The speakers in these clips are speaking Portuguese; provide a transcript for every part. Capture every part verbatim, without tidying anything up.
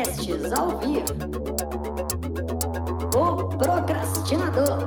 Podcasts ao vivo. O Procrastinador.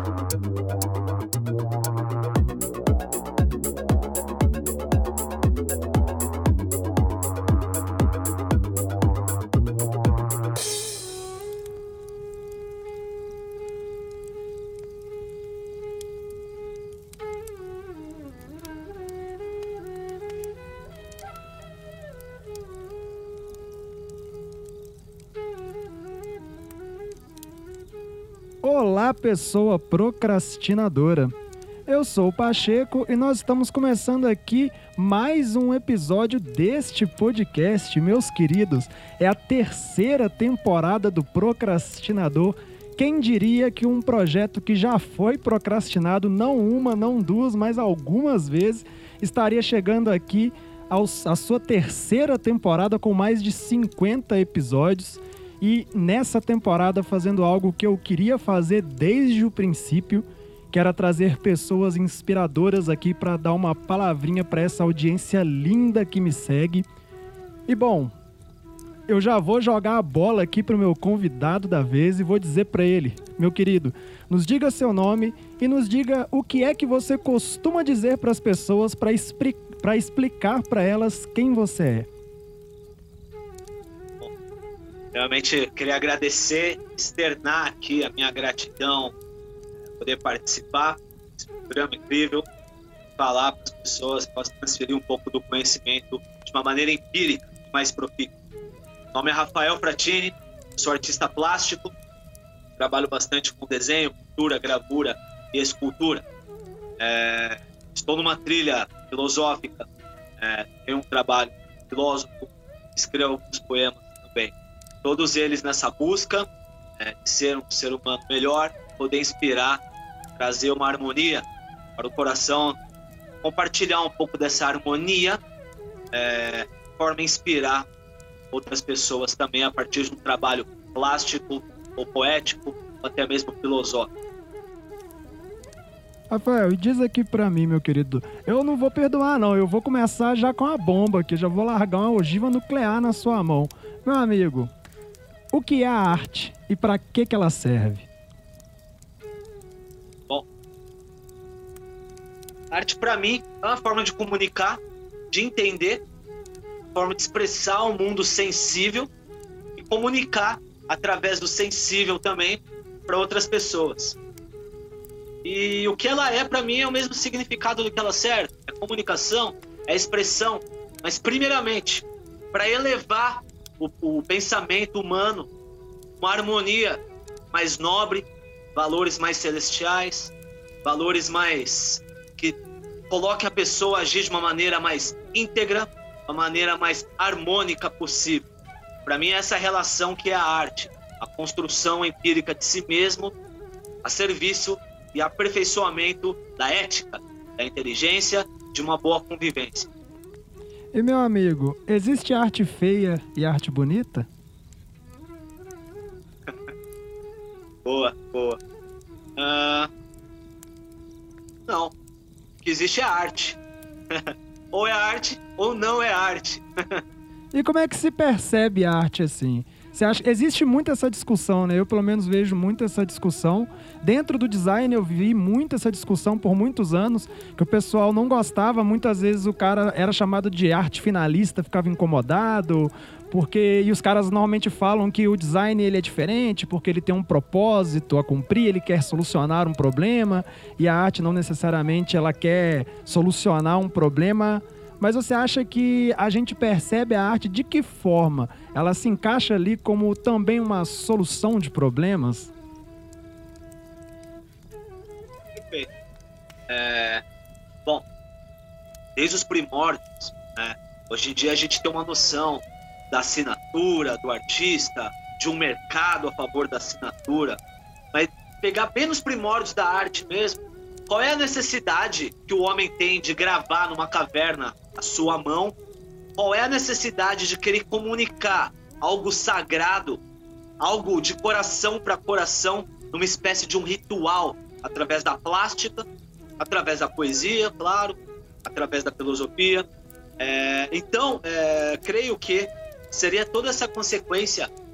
Olá, pessoa procrastinadora. Eu sou o Pacheco e nós estamos começando aqui mais um episódio deste podcast, meus queridos. É a terceira temporada do Procrastinador. Quem diria que um projeto que já foi procrastinado, não uma, não duas, mas algumas vezes, estaria chegando aqui aos, à sua terceira temporada com mais de cinquenta episódios. E nessa temporada fazendo algo que eu queria fazer desde o princípio, que era trazer pessoas inspiradoras aqui para dar uma palavrinha para essa audiência linda que me segue. E bom, eu já vou jogar a bola aqui para o meu convidado da vez e vou dizer para ele, meu querido, nos diga seu nome e nos diga o que é que você costuma dizer para as pessoas para expli- para explicar para elas quem você é. Realmente queria agradecer, externar aqui a minha gratidão por poder participar desse programa incrível, falar para as pessoas, posso transferir um pouco do conhecimento de uma maneira empírica e mais profícua. Meu nome é Rafael Fratini, sou artista plástico, trabalho bastante com desenho, pintura, gravura e escultura. É, estou numa trilha filosófica, é, tenho um trabalho filósofo, escrevo alguns poemas também. Todos eles nessa busca é, de ser um ser humano melhor, poder inspirar, trazer uma harmonia para o coração, compartilhar um pouco dessa harmonia, é, de forma a inspirar outras pessoas também a partir de um trabalho plástico ou poético, ou até mesmo filosófico. Rafael, e diz aqui pra mim, meu querido, eu não vou perdoar não, eu vou começar já com a bomba aqui, já vou largar uma ogiva nuclear na sua mão. Meu amigo, o que é a arte e para que que ela serve? Bom, a arte para mim é uma forma de comunicar, de entender, forma de expressar o mundo sensível e comunicar através do sensível também para outras pessoas. E o que ela é para mim é o mesmo significado do que ela serve, é comunicação, é expressão, mas primeiramente para elevar O, o pensamento humano, uma harmonia mais nobre, valores mais celestiais, valores mais que coloquem a pessoa a agir de uma maneira mais íntegra, uma maneira mais harmônica possível. Para mim, essa é a relação que é a arte, a construção empírica de si mesmo, a serviço e aperfeiçoamento da ética, da inteligência, de uma boa convivência. E meu amigo, existe arte feia e arte bonita? Boa, boa. Uh, não. O que existe é arte. Ou é arte, ou não é arte. E como é que se percebe a arte assim? Você acha, existe muito essa discussão, né? Eu pelo menos vejo muito essa discussão. Dentro do design eu vi muito essa discussão por muitos anos, que o pessoal não gostava, muitas vezes o cara era chamado de arte finalista, ficava incomodado, porque e os caras normalmente falam que o design ele é diferente, porque ele tem um propósito a cumprir, ele quer solucionar um problema, e a arte não necessariamente ela quer solucionar um problema. Mas você acha que a gente percebe a arte de que forma? Ela se encaixa ali como também uma solução de problemas? Perfeito. É, bom, desde os primórdios, né, hoje em dia a gente tem uma noção da assinatura do artista, de um mercado a favor da assinatura, mas pegar bem nos primórdios da arte mesmo, qual é a necessidade que o homem tem de gravar numa caverna a sua mão? Qual é a necessidade de querer comunicar algo sagrado, algo de coração para coração, numa espécie de um ritual, através da plástica, através da poesia, claro, através da filosofia? É, então, é, creio que seria toda essa consequência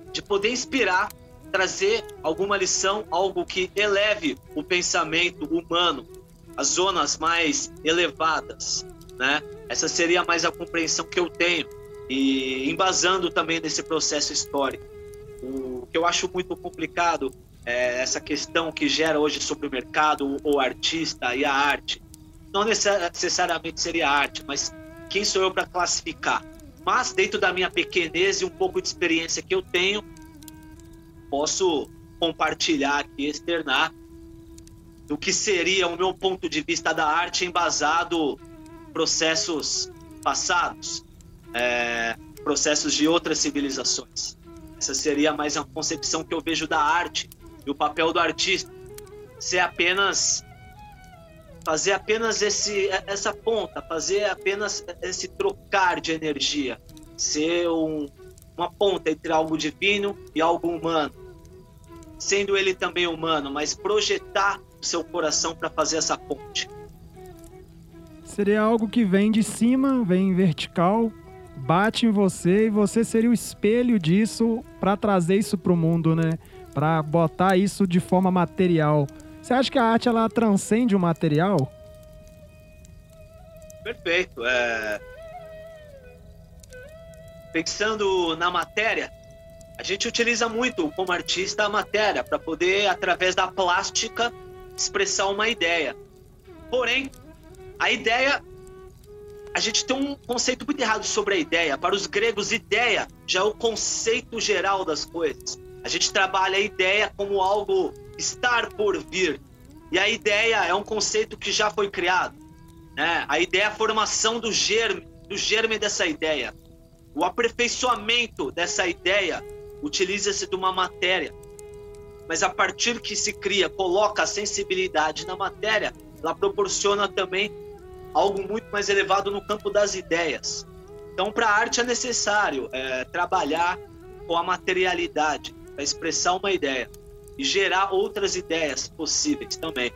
de poder inspirar, trazer alguma lição, algo que eleve o pensamento humano, as zonas mais elevadas, né? Essa seria mais a compreensão que eu tenho, e embasando também nesse processo histórico. O que eu acho muito complicado é essa questão que gera hoje sobre o mercado, o artista e a arte. Não necessariamente seria arte, mas quem sou eu para classificar? Mas dentro da minha pequenez e um pouco de experiência que eu tenho, posso compartilhar aqui, externar do que seria o meu ponto de vista da arte embasado em processos passados, é, processos de outras civilizações. Essa seria mais a concepção que eu vejo da arte e o papel do artista ser apenas fazer apenas esse, essa ponta, fazer apenas esse trocar de energia, ser um, uma ponta entre algo divino e algo humano, sendo ele também humano, mas projetar o seu coração para fazer essa ponte. Seria algo que vem de cima, vem vertical, bate em você e você seria o espelho disso para trazer isso para o mundo, né? Para botar isso de forma material. Você acha que a arte ela transcende o material? Perfeito. É... Pensando na matéria, a gente utiliza muito como artista a matéria para poder, através da plástica, expressar uma ideia. Porém, a ideia, a gente tem um conceito muito errado sobre a ideia. Para os gregos, ideia já é o conceito geral das coisas. A gente trabalha a ideia como algo estar por vir. E a ideia é um conceito que já foi criado, né? A ideia é a formação do germe, do germe dessa ideia. O aperfeiçoamento dessa ideia utiliza-se de uma matéria. Mas a partir que se cria, coloca a sensibilidade na matéria, ela proporciona também algo muito mais elevado no campo das ideias. Então, para a arte é necessário é, trabalhar com a materialidade, para expressar uma ideia e gerar outras ideias possíveis também.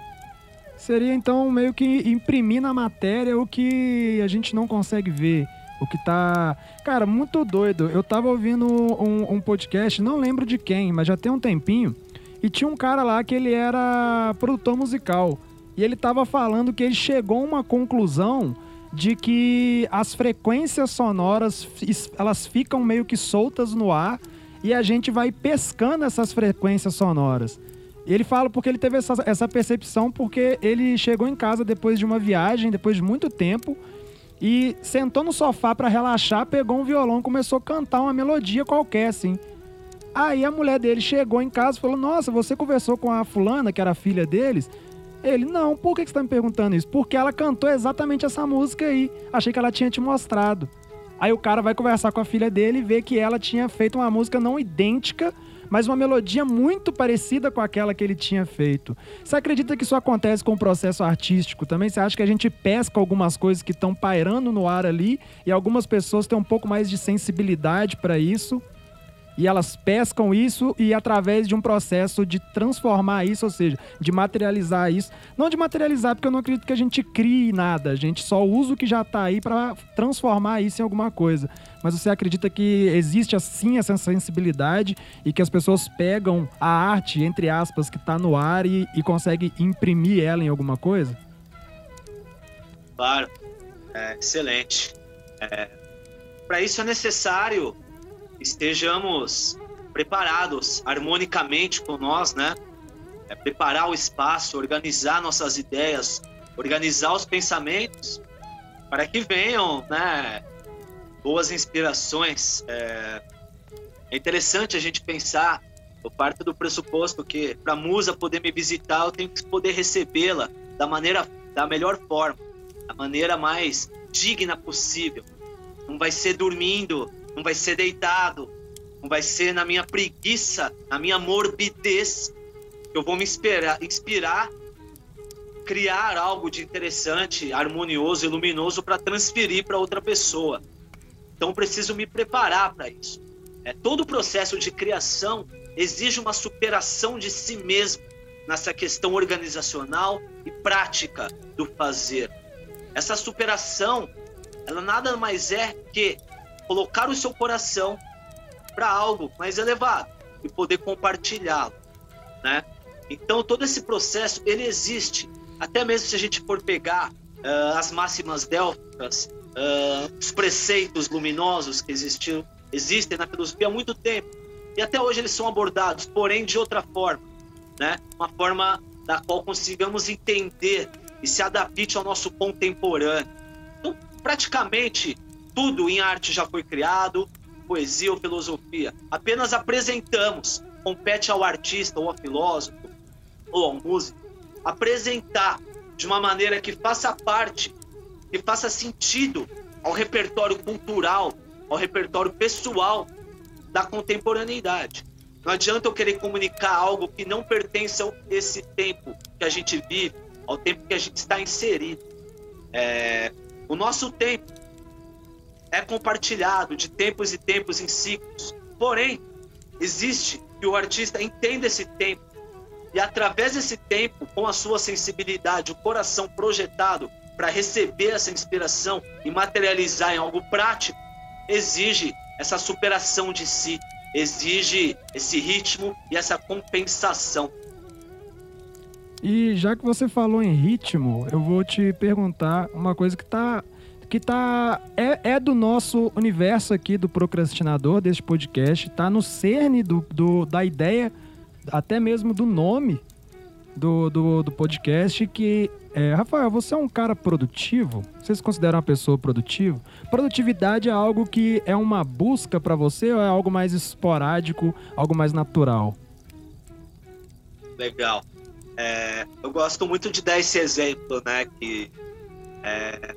Seria então meio que imprimir na matéria o que a gente não consegue ver, o que tá... Cara, muito doido. Eu tava ouvindo um, um podcast, não lembro de quem, mas já tem um tempinho, e tinha um cara lá que ele era produtor musical, e ele tava falando que ele chegou a uma conclusão de que as frequências sonoras, elas ficam meio que soltas no ar, e a gente vai pescando essas frequências sonoras. Ele fala porque ele teve essa, essa percepção porque ele chegou em casa depois de uma viagem, depois de muito tempo, e sentou no sofá pra relaxar, pegou um violão e começou a cantar uma melodia qualquer, assim. Aí a mulher dele chegou em casa e falou: nossa, você conversou com a fulana, que era a filha deles? Ele: não, por que você tá me perguntando isso? Porque ela cantou exatamente essa música aí. Achei que ela tinha te mostrado. Aí o cara vai conversar com a filha dele e vê que ela tinha feito uma música não idêntica, mas uma melodia muito parecida com aquela que ele tinha feito. Você acredita que isso acontece com o processo artístico também? Você acha que a gente pesca algumas coisas que estão pairando no ar ali e algumas pessoas têm um pouco mais de sensibilidade para isso? E elas pescam isso e através de um processo de transformar isso, ou seja, de materializar isso. Não de materializar, porque eu não acredito que a gente crie nada. A gente só usa o que já está aí para transformar isso em alguma coisa. Mas você acredita que existe assim essa sensibilidade e que as pessoas pegam a arte, entre aspas, que está no ar e, e conseguem imprimir ela em alguma coisa? Claro. É, excelente. É, para isso é necessário estejamos preparados harmonicamente com nós, né? É, preparar o espaço, organizar nossas ideias, organizar os pensamentos para que venham, né, boas inspirações. É, é interessante a gente pensar, eu parto do pressuposto que para a musa poder me visitar, eu tenho que poder recebê-la da maneira, da melhor forma, da maneira mais digna possível. Não vai ser dormindo, não vai ser deitado, não vai ser na minha preguiça, na minha morbidez, que eu vou me inspirar, inspirar, criar algo de interessante, harmonioso e luminoso para transferir para outra pessoa. Então preciso me preparar para isso. É, todo o processo de criação exige uma superação de si mesmo nessa questão organizacional e prática do fazer. Essa superação, ela nada mais é que colocar o seu coração para algo mais elevado e poder compartilhá-lo, né? Então todo esse processo ele existe, até mesmo se a gente for pegar uh, as máximas délficas, uh, os preceitos luminosos que existiam, existem na filosofia há muito tempo e até hoje eles são abordados, porém de outra forma, né? Uma forma da qual consigamos entender e se adapte ao nosso contemporâneo. Então praticamente tudo em arte já foi criado, poesia ou filosofia. Apenas apresentamos, compete ao artista ou ao filósofo ou ao músico, apresentar de uma maneira que faça parte, que faça sentido ao repertório cultural, ao repertório pessoal da contemporaneidade. Não adianta eu querer comunicar algo que não pertence a esse tempo que a gente vive, ao tempo que a gente está inserido. É, o nosso tempo é compartilhado de tempos e tempos em ciclos. Porém, existe que o artista entenda esse tempo e através desse tempo, com a sua sensibilidade, o coração projetado para receber essa inspiração e materializar em algo prático, exige essa superação de si, exige esse ritmo e essa compensação. E já que você falou em ritmo, eu vou te perguntar uma coisa que tá, que tá é, é do nosso universo aqui do Procrastinador, deste podcast, tá no cerne do, do, da ideia, até mesmo do nome do, do, do podcast, que é, Rafael, você é um cara produtivo? Você se considera uma pessoa produtiva? Produtividade é algo que é uma busca para você ou é algo mais esporádico, algo mais natural? Legal. É, eu gosto muito de dar esse exemplo, né, que é,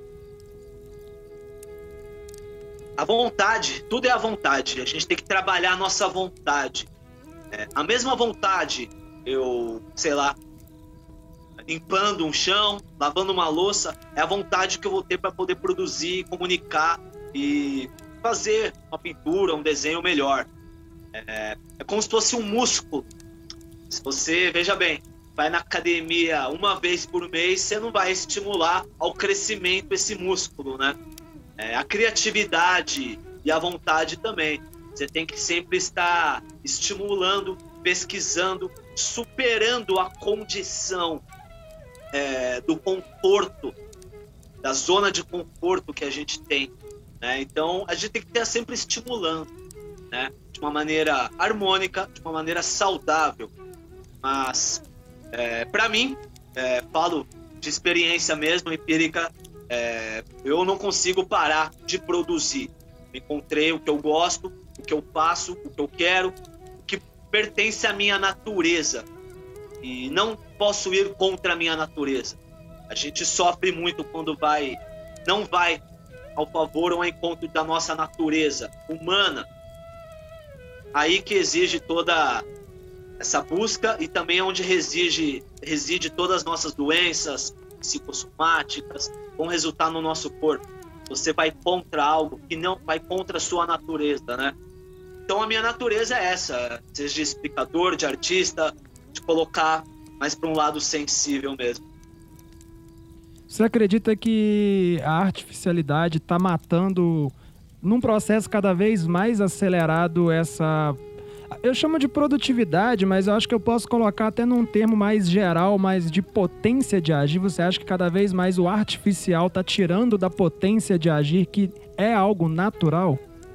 a vontade, tudo é a vontade, a gente tem que trabalhar a nossa vontade. É, a mesma vontade, eu, sei lá, limpando um chão, lavando uma louça, é a vontade que eu vou ter para poder produzir, comunicar e fazer uma pintura, um desenho melhor. É, é como se fosse um músculo. Se você, veja bem, vai na academia uma vez por mês, você não vai estimular ao crescimento esse músculo, né? É, a criatividade e a vontade também. Você tem que sempre estar estimulando, pesquisando, superando a condição é, do conforto, da zona de conforto que a gente tem, né? Então, a gente tem que estar sempre estimulando, né? De uma maneira harmônica, de uma maneira saudável. Mas, é, para mim, é, falo de experiência mesmo, empírica, é, eu não consigo parar de produzir. Encontrei o que eu gosto, o que eu faço, o que eu quero, o que pertence à minha natureza. E não posso ir contra a minha natureza. A gente sofre muito quando vai, não vai ao favor ou ao encontro da nossa natureza humana. Aí que exige toda essa busca e também é onde reside, reside todas as nossas doenças psicossomáticas, vão resultar no nosso corpo. Você vai contra algo que não vai contra a sua natureza, né? Então a minha natureza é essa, seja de explicador, de artista, de colocar mais para um lado sensível mesmo. Você acredita que a artificialidade está matando, num processo cada vez mais acelerado, essa... Eu chamo de produtividade, mas eu acho que eu posso colocar até num termo mais geral, mais de potência de agir. Você acha que cada vez mais o artificial está tirando da potência de agir, que é algo natural?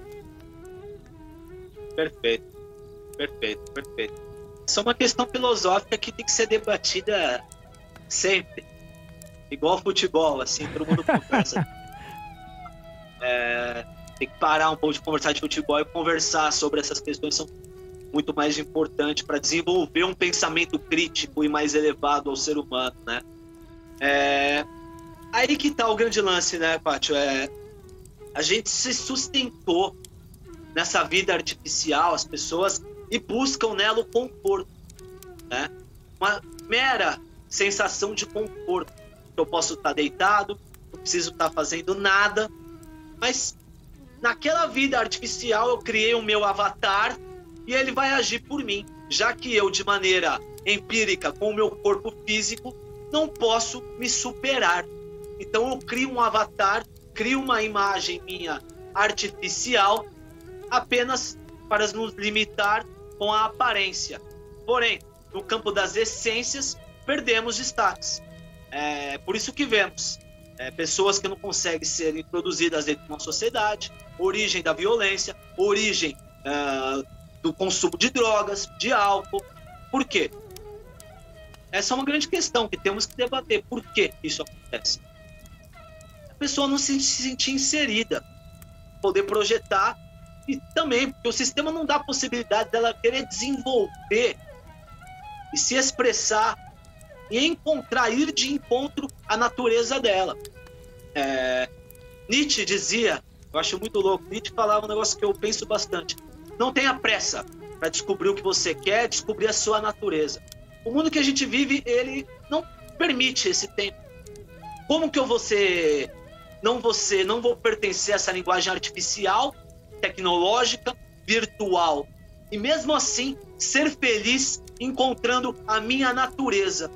Perfeito, perfeito, perfeito. Isso é uma questão filosófica que tem que ser debatida sempre. Igual futebol, assim, todo mundo conversa. É, tem que parar um pouco de conversar de futebol e conversar sobre essas questões, são muito mais importantes para desenvolver um pensamento crítico e mais elevado ao ser humano, né? É, aí que tá o grande lance, né, Pátio? É, a gente se sustentou nessa vida artificial, as pessoas, e buscam nela o conforto, né? Uma mera sensação de conforto. Eu posso estar deitado, não preciso estar fazendo nada, mas naquela vida artificial eu criei o meu avatar e ele vai agir por mim, já que eu, de maneira empírica, com o meu corpo físico, não posso me superar. Então eu crio um avatar, crio uma imagem minha artificial, apenas para nos limitar com a aparência. Porém, no campo das essências, perdemos destaques. É por isso que vemos é, pessoas que não conseguem ser introduzidas dentro de uma sociedade, origem da violência, origem é, do consumo de drogas, de álcool. Por quê? Essa é uma grande questão que temos que debater. Por que isso acontece? A pessoa não se sentir inserida, poder projetar, e também porque o sistema não dá a possibilidade dela querer desenvolver e se expressar e encontrar, ir de encontro à natureza dela. É, Nietzsche dizia, eu acho muito louco, Nietzsche falava um negócio que eu penso bastante: não tenha pressa para descobrir o que você quer, descobrir a sua natureza. O mundo que a gente vive, ele não permite esse tempo. Como que eu vou ser, não vou ser, não vou pertencer a essa linguagem artificial, tecnológica, virtual, e mesmo assim ser feliz encontrando a minha natureza?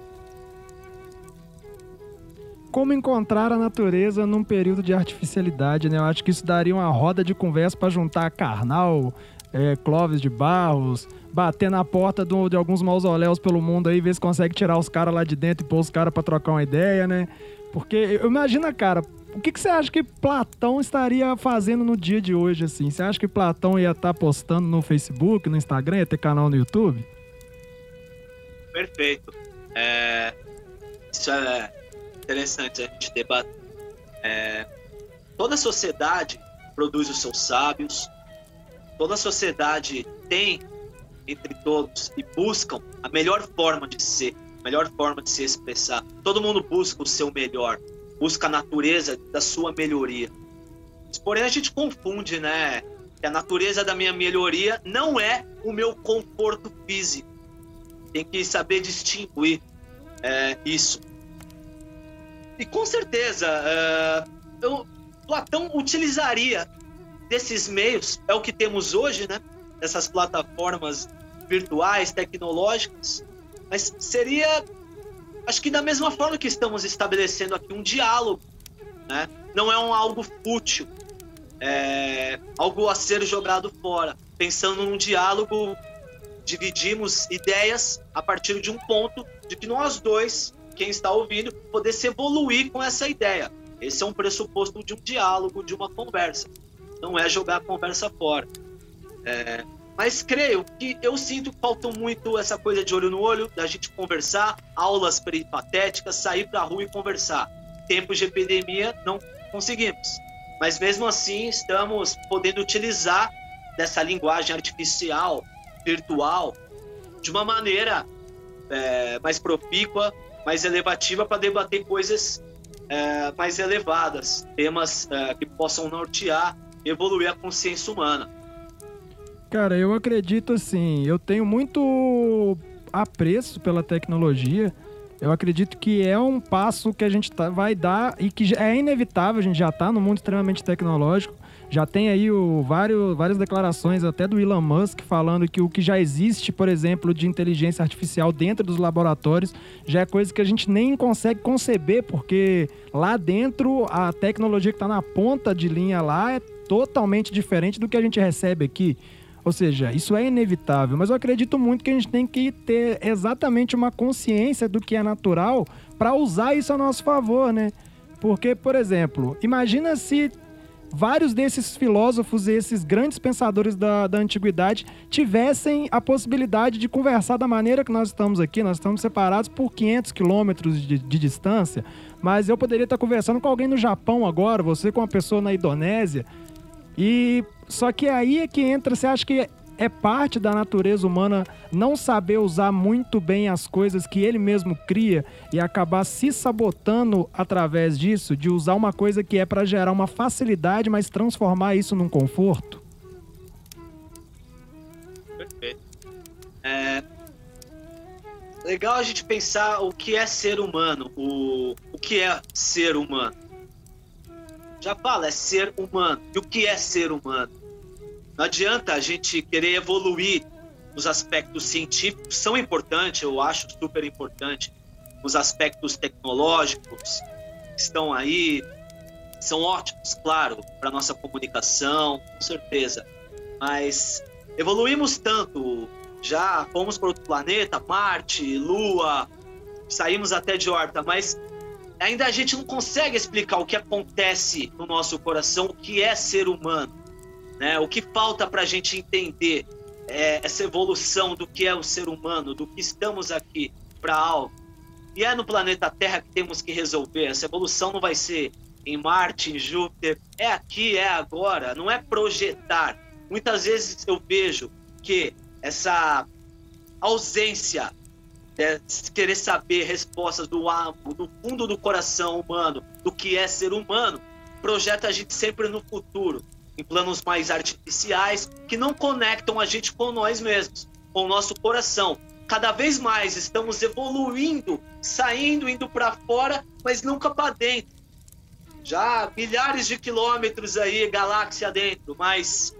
Como encontrar a natureza num período de artificialidade, né? Eu acho que isso daria uma roda de conversa para juntar Karnal, é, Clóvis de Barros, bater na porta do, de alguns mausoléus pelo mundo aí, ver se consegue tirar os caras lá de dentro e pôr os caras para trocar uma ideia, né? Porque, eu imagina, cara, o que, que você acha que Platão estaria fazendo no dia de hoje, assim? Você acha que Platão ia estar postando no Facebook, no Instagram, ia ter canal no YouTube? Perfeito. É... Isso é interessante a gente debater. É... Toda sociedade produz os seus sábios, toda sociedade tem entre todos e buscam a melhor forma de ser, a melhor forma de se expressar. Todo mundo busca o seu melhor, busca a natureza da sua melhoria. Porém, a gente confunde, né? Que a natureza da minha melhoria não é o meu conforto físico. Tem que saber distinguir é, isso. E com certeza, é, eu, Platão utilizaria desses meios, é o que temos hoje, né? Dessas plataformas virtuais, tecnológicas, mas seria, acho que da mesma forma que estamos estabelecendo aqui um diálogo, né? Não é um algo fútil, é algo a ser jogado fora. Pensando num diálogo, dividimos ideias a partir de um ponto de que nós dois, quem está ouvindo, pudesse evoluir com essa ideia. Esse é um pressuposto de um diálogo, de uma conversa. Não é jogar a conversa fora. É, mas creio que eu sinto que falta muito essa coisa de olho no olho, da gente conversar, aulas peripatéticas, sair para a rua e conversar. Tempos de epidemia não conseguimos, mas mesmo assim estamos podendo utilizar dessa linguagem artificial, virtual, de uma maneira é, mais profícua, mais elevativa, para debater coisas é, mais elevadas, temas é, que possam nortear e evoluir a consciência humana. Cara, eu acredito assim, eu tenho muito apreço pela tecnologia. Eu acredito que é um passo que a gente tá, vai dar e que é inevitável. A gente já está no mundo extremamente tecnológico. Já tem aí o, vários, várias declarações até do Elon Musk falando que o que já existe, por exemplo, de inteligência artificial dentro dos laboratórios já é coisa que a gente nem consegue conceber, porque lá dentro a tecnologia que está na ponta de linha lá é totalmente diferente do que a gente recebe aqui. Ou seja, isso é inevitável, mas eu acredito muito que a gente tem que ter exatamente uma consciência do que é natural para usar isso a nosso favor, né? Porque, por exemplo, imagina se vários desses filósofos e esses grandes pensadores da, da antiguidade tivessem a possibilidade de conversar da maneira que nós estamos aqui. Nós estamos separados por quinhentos quilômetros de, de distância, mas eu poderia estar conversando com alguém no Japão agora, você com uma pessoa na Indonésia. E só que aí é que entra, você acha que é parte da natureza humana não saber usar muito bem as coisas que ele mesmo cria e acabar se sabotando através disso, de usar uma coisa que é para gerar uma facilidade, mas transformar isso num conforto? Perfeito. É legal a gente pensar o que é ser humano, o, o que é ser humano. Já fala, é ser humano. E o que é ser humano? Não adianta a gente querer evoluir nos aspectos científicos, são importantes, eu acho super importante, os aspectos tecnológicos que estão aí, são ótimos, claro, para nossa comunicação, com certeza. Mas evoluímos tanto, já fomos para outro planeta, Marte, Lua, saímos até de órbita, mas ainda a gente não consegue explicar o que acontece no nosso coração, o que é ser humano, né? O que falta para a gente entender é essa evolução do que é o ser humano, do que estamos aqui para algo. E é no planeta Terra que temos que resolver. Essa evolução não vai ser em Marte, em Júpiter, é aqui, é agora, não é projetar. Muitas vezes eu vejo que essa ausência de querer saber respostas do âmago, do fundo do coração humano, do que é ser humano, projeta a gente sempre no futuro, em planos mais artificiais, que não conectam a gente com nós mesmos, com o nosso coração. Cada vez mais estamos evoluindo, saindo, indo para fora, mas nunca para dentro. Já milhares de quilômetros aí, galáxia dentro, mas...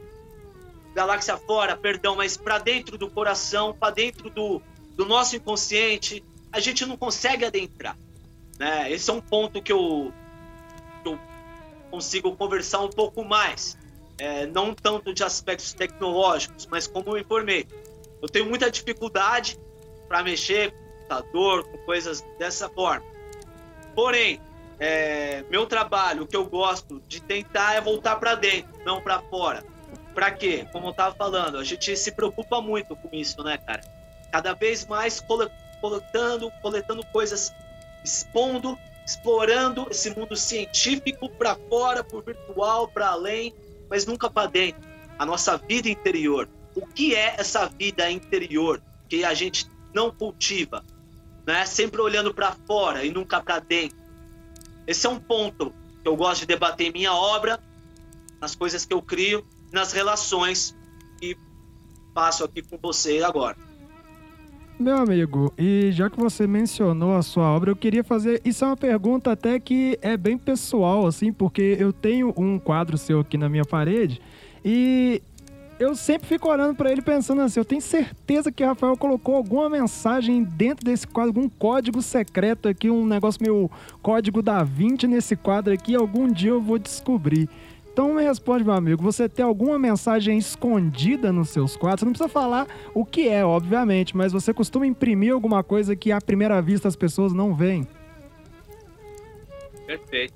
galáxia fora, perdão, mas para dentro do coração, para dentro do, do nosso inconsciente, a gente não consegue adentrar, né? Esse é um ponto que eu, que eu consigo conversar um pouco mais, é, não tanto de aspectos tecnológicos, mas como eu informei. Eu tenho muita dificuldade para mexer com computador, com coisas dessa forma. Porém, é, meu trabalho, o que eu gosto de tentar é voltar para dentro, não para fora. Para quê? Como eu estava falando, a gente se preocupa muito com isso, né, cara? Cada vez mais coletando, coletando coisas, expondo, explorando esse mundo científico para fora, por virtual, para além, mas nunca para dentro. A nossa vida interior. O que é essa vida interior que a gente não cultiva, né? Sempre olhando para fora e nunca para dentro. Esse é um ponto que eu gosto de debater em minha obra, nas coisas que eu crio, nas relações que passo aqui com você agora. Meu amigo, e já que você mencionou a sua obra, eu queria fazer... Isso é uma pergunta até que é bem pessoal, assim, porque eu tenho um quadro seu aqui na minha parede e eu sempre fico olhando para ele pensando assim, eu tenho certeza que o Rafael colocou alguma mensagem dentro desse quadro, algum código secreto aqui, um negócio meio código da Vinci nesse quadro aqui, algum dia eu vou descobrir. Então me responde, meu amigo, você tem alguma mensagem escondida nos seus quadros? Você não precisa falar o que é, obviamente, mas você costuma imprimir alguma coisa que à primeira vista as pessoas não veem? Perfeito.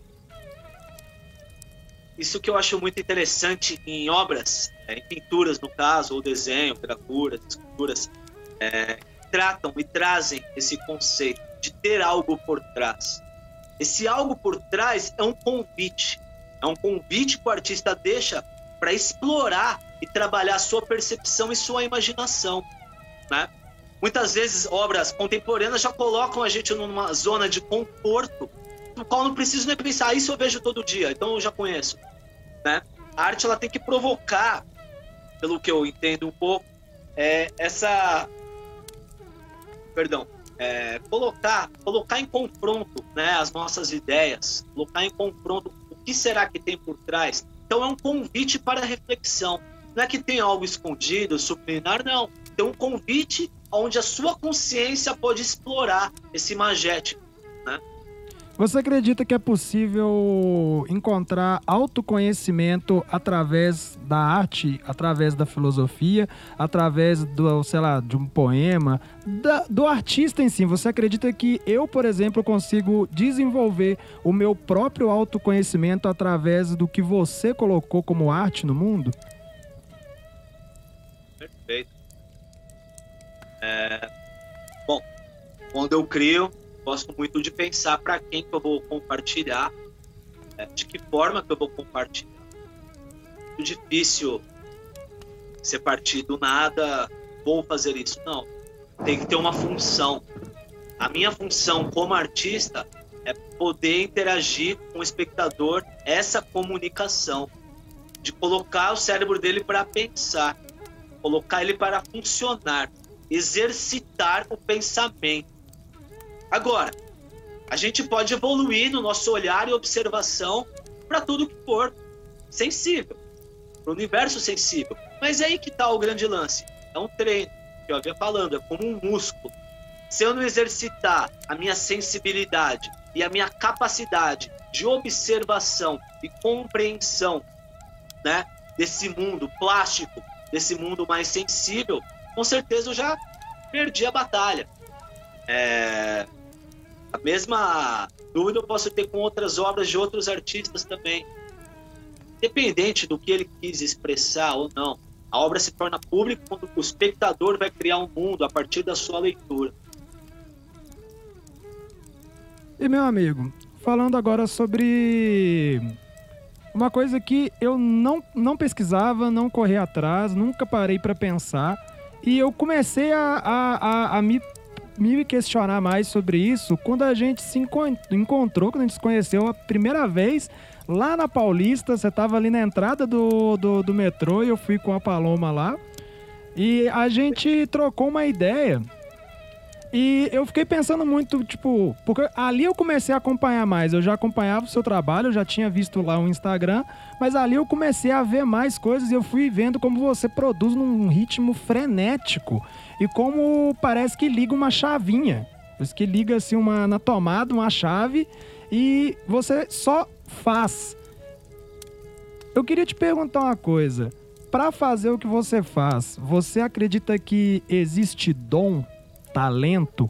Isso que eu acho muito interessante em obras, é, em pinturas no caso, ou desenho, gravuras, esculturas, é, tratam e trazem esse conceito de ter algo por trás. Esse algo por trás é um convite. É um convite que o artista deixa para explorar e trabalhar sua percepção e sua imaginação, né? Muitas vezes obras contemporâneas já colocam a gente numa zona de conforto, no qual não preciso nem pensar, isso eu vejo todo dia, então eu já conheço, né? A arte ela tem que provocar, pelo que eu entendo um pouco, é, essa... Perdão. É, colocar, colocar em confronto, né, as nossas ideias, colocar em confronto o que será que tem por trás. Então é um convite para a reflexão. Não é que tem algo escondido, subliminar, não. Tem um convite onde a sua consciência pode explorar esse imagético, né? Você acredita que é possível encontrar autoconhecimento através da arte, através da filosofia, através do, sei lá, de um poema, da, do artista em si? Você acredita que eu, por exemplo, consigo desenvolver o meu próprio autoconhecimento através do que você colocou como arte no mundo? Perfeito. É... Bom, quando eu crio, gosto muito de pensar para quem que eu vou compartilhar, é, de que forma que eu vou compartilhar. É muito difícil ser partir do nada, vou fazer isso. Não, tem que ter uma função. A minha função como artista é poder interagir com o espectador, essa comunicação, de colocar o cérebro dele para pensar, colocar ele para funcionar, exercitar o pensamento. Agora, a gente pode evoluir no nosso olhar e observação para tudo que for sensível, para o universo sensível. Mas é aí que está o grande lance. É um treino, que eu havia falando, é como um músculo. Se eu não exercitar a minha sensibilidade e a minha capacidade de observação e compreensão, né, desse mundo plástico, desse mundo mais sensível, com certeza eu já perdi a batalha. É... A mesma dúvida eu posso ter com outras obras de outros artistas também. Independente do que ele quis expressar ou não, a obra se torna pública quando o espectador vai criar um mundo a partir da sua leitura. E, meu amigo, falando agora sobre uma coisa que eu não, não pesquisava, não corri atrás, nunca parei para pensar, e eu comecei a, a, a, a me, me questionar mais sobre isso quando a gente se encontrou, quando a gente se conheceu a primeira vez lá na Paulista. Você estava ali na entrada do, do, do metrô e eu fui com a Paloma lá, e a gente trocou uma ideia. E eu fiquei pensando muito, tipo, porque ali eu comecei a acompanhar mais. Eu já acompanhava o seu trabalho, eu já tinha visto lá o Instagram, mas ali eu comecei a ver mais coisas e eu fui vendo como você produz num ritmo frenético e como parece que liga uma chavinha. Parece que liga assim uma, na tomada, uma chave, e você só faz. Eu queria te perguntar uma coisa. Para fazer o que você faz, você acredita que existe dom? Talento?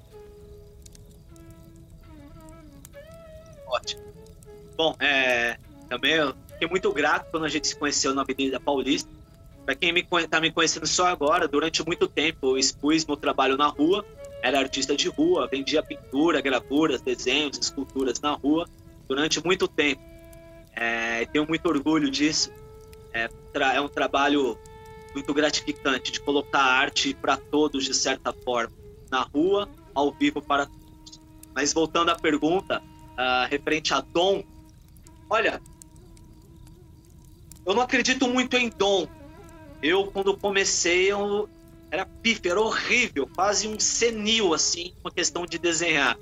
Ótimo. Bom, é, também eu fiquei muito grato quando a gente se conheceu na Avenida Paulista. Para quem está me conhecendo só agora, durante muito tempo eu expus meu trabalho na rua, era artista de rua, vendia pintura, gravuras, desenhos, esculturas na rua durante muito tempo. É, tenho muito orgulho disso. É, é um trabalho muito gratificante de colocar a arte para todos, de certa forma, na rua, ao vivo para todos. Mas voltando à pergunta, uh, referente a dom, olha, eu não acredito muito em dom. Eu, quando comecei, eu era pífio, era horrível, quase um senil, assim, uma questão de desenhar.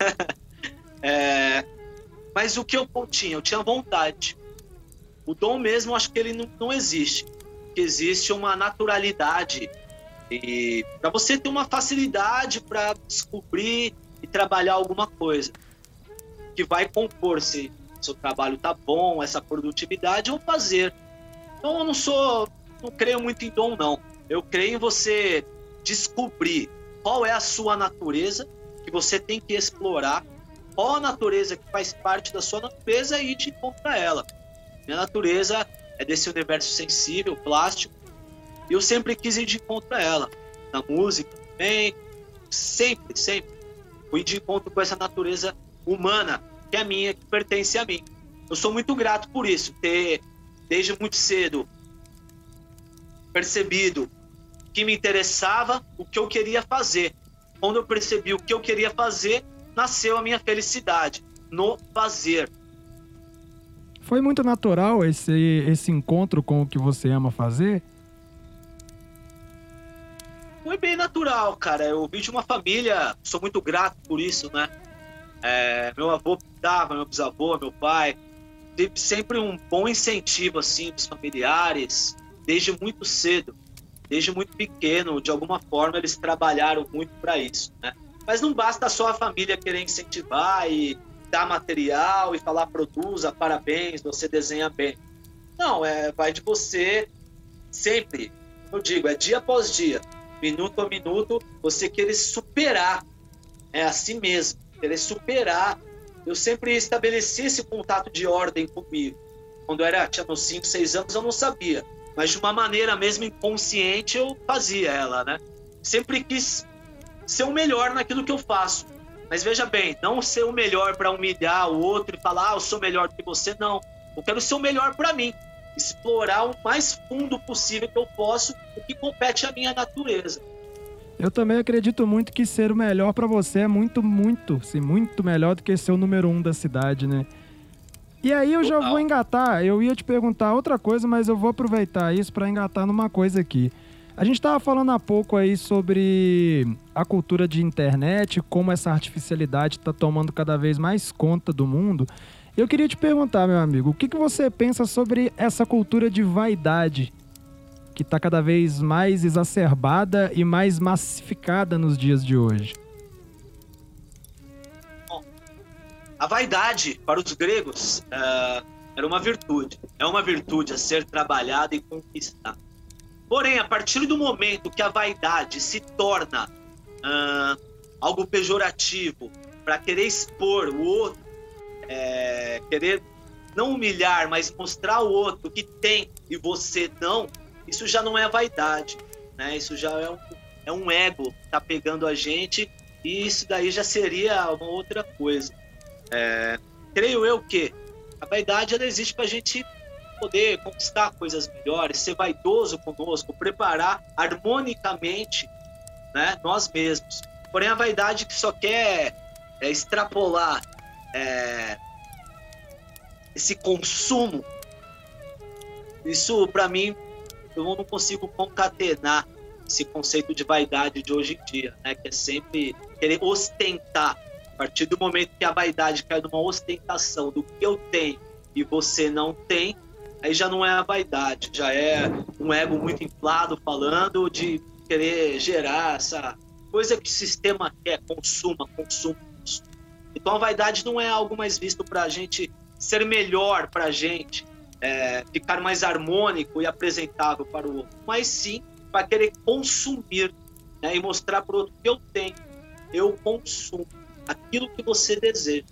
é, mas o que eu tinha? Eu tinha vontade. O dom mesmo, acho que ele não, não existe. Que existe uma naturalidade. E para você ter uma facilidade para descobrir e trabalhar alguma coisa que vai compor se seu trabalho tá bom, essa produtividade ou fazer. Então eu não sou, não creio muito em dom, não. Eu creio em você descobrir qual é a sua natureza que você tem que explorar, qual a natureza que faz parte da sua natureza e ir de encontro a ela. Minha natureza é desse universo sensível, plástico. E eu sempre quis ir de encontro a ela. Na música também. Sempre, sempre. Fui de encontro com essa natureza humana, que é minha, que pertence a mim. Eu sou muito grato por isso. Ter, desde muito cedo, percebido que me interessava, o que eu queria fazer. Quando eu percebi o que eu queria fazer, nasceu a minha felicidade. No fazer. Foi muito natural esse, esse encontro com o que você ama fazer? Foi bem natural, cara. Eu vim de uma família, sou muito grato por isso, né? É, meu avô pintava, meu bisavô, meu pai. Teve sempre um bom incentivo, assim, dos familiares, desde muito cedo, desde muito pequeno. De alguma forma, eles trabalharam muito para isso, né? Mas não basta só a família querer incentivar e dar material e falar, produza, parabéns, você desenha bem. Não, é, vai de você sempre, eu digo, é dia após dia, minuto a minuto, você querer superar é, a si mesmo, querer superar. Eu sempre estabeleci esse contato de ordem comigo. Quando eu era, tinha meus cinco, seis anos, eu não sabia. Mas de uma maneira mesmo inconsciente, eu fazia ela, né? Sempre quis ser o melhor naquilo que eu faço. Mas veja bem, não ser o melhor para humilhar o outro e falar, ah, eu sou melhor do que você, não. Eu quero ser o melhor para mim. Explorar o mais fundo possível que eu posso, o que compete à minha natureza. Eu também acredito muito que ser o melhor pra você é muito, muito, sim, muito melhor do que ser o número um da cidade, né? E aí eu já vou engatar, eu ia te perguntar outra coisa, mas eu vou aproveitar isso pra engatar numa coisa aqui. A gente tava falando há pouco aí sobre a cultura de internet, como essa artificialidade tá tomando cada vez mais conta do mundo. Eu queria te perguntar, meu amigo, o que, que você pensa sobre essa cultura de vaidade que está cada vez mais exacerbada e mais massificada nos dias de hoje? Bom, a vaidade, para os gregos, uh, era uma virtude. É uma virtude a ser trabalhada e conquistada. Porém, a partir do momento que a vaidade se torna uh, algo pejorativo para querer expor o outro, é, querer não humilhar, mas mostrar ao outro que tem e você não, isso já não é vaidade, né? Isso já é um, é um ego que tá pegando a gente, e isso daí já seria uma outra coisa. É, creio eu que a vaidade, ela existe para a gente poder conquistar coisas melhores, ser vaidoso conosco, preparar harmonicamente, né, nós mesmos. Porém, a vaidade que só quer é, extrapolar é, esse consumo, isso para mim, eu não consigo concatenar esse conceito de vaidade de hoje em dia, né, que é sempre querer ostentar. A partir do momento que a vaidade cai numa ostentação do que eu tenho e você não tem, aí já não é a vaidade, já é um ego muito inflado falando de querer gerar essa coisa que o sistema quer, consuma, consuma, consuma. Então a vaidade não é algo mais visto para a gente ser melhor para a gente, é, ficar mais harmônico e apresentável para o outro, mas sim para querer consumir, né, e mostrar para o outro que eu tenho, eu consumo aquilo que você deseja.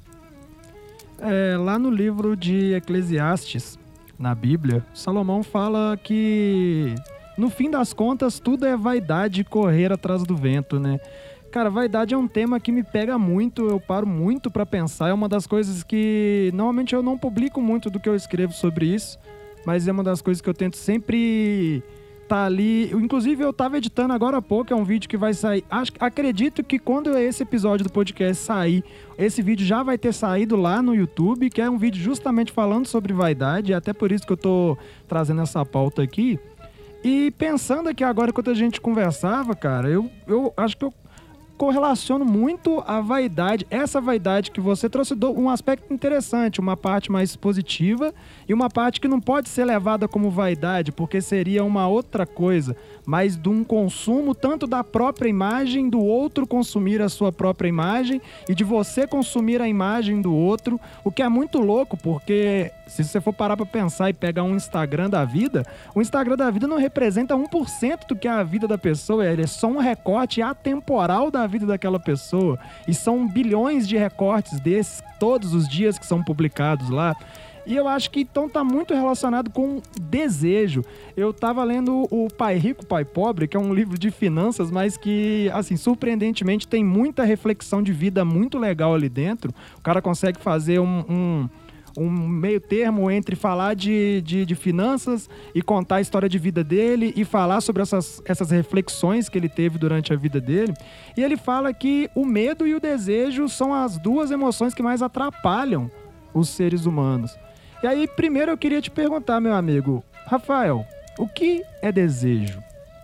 É, lá no livro de Eclesiastes, na Bíblia, Salomão fala que, no fim das contas, tudo é vaidade e correr atrás do vento, né? Cara, vaidade é um tema que me pega muito, eu paro muito pra pensar, é uma das coisas que, normalmente eu não publico muito do que eu escrevo sobre isso, mas é uma das coisas que eu tento sempre tá ali. Inclusive, eu tava editando agora há pouco, é um vídeo que vai sair. Acho, acredito que quando esse episódio do podcast sair, esse vídeo já vai ter saído lá no YouTube, que é um vídeo justamente falando sobre vaidade, é até por isso que eu tô trazendo essa pauta aqui. E pensando aqui agora, enquanto a gente conversava, cara, eu, eu acho que eu correlaciono muito a vaidade, essa vaidade que você trouxe, um aspecto interessante, uma parte mais positiva e uma parte que não pode ser levada como vaidade, porque seria uma outra coisa, mas de um consumo tanto da própria imagem, do outro consumir a sua própria imagem e de você consumir a imagem do outro, o que é muito louco, porque se você for parar pra pensar e pegar um Instagram da vida, o Instagram da vida não representa um por cento do que é a vida da pessoa, ele é só um recorte atemporal da vida daquela pessoa, e são bilhões de recortes desses todos os dias que são publicados lá. E eu acho que então tá muito relacionado com desejo. Eu tava lendo o Pai Rico, Pai Pobre, que é um livro de finanças, mas que, assim, surpreendentemente tem muita reflexão de vida muito legal ali dentro. O cara consegue fazer um... um um meio termo entre falar de, de, de finanças e contar a história de vida dele e falar sobre essas, essas reflexões que ele teve durante a vida dele. E ele fala que o medo e o desejo são as duas emoções que mais atrapalham os seres humanos. E aí, primeiro eu queria te perguntar, meu amigo, Rafael, o que é desejo?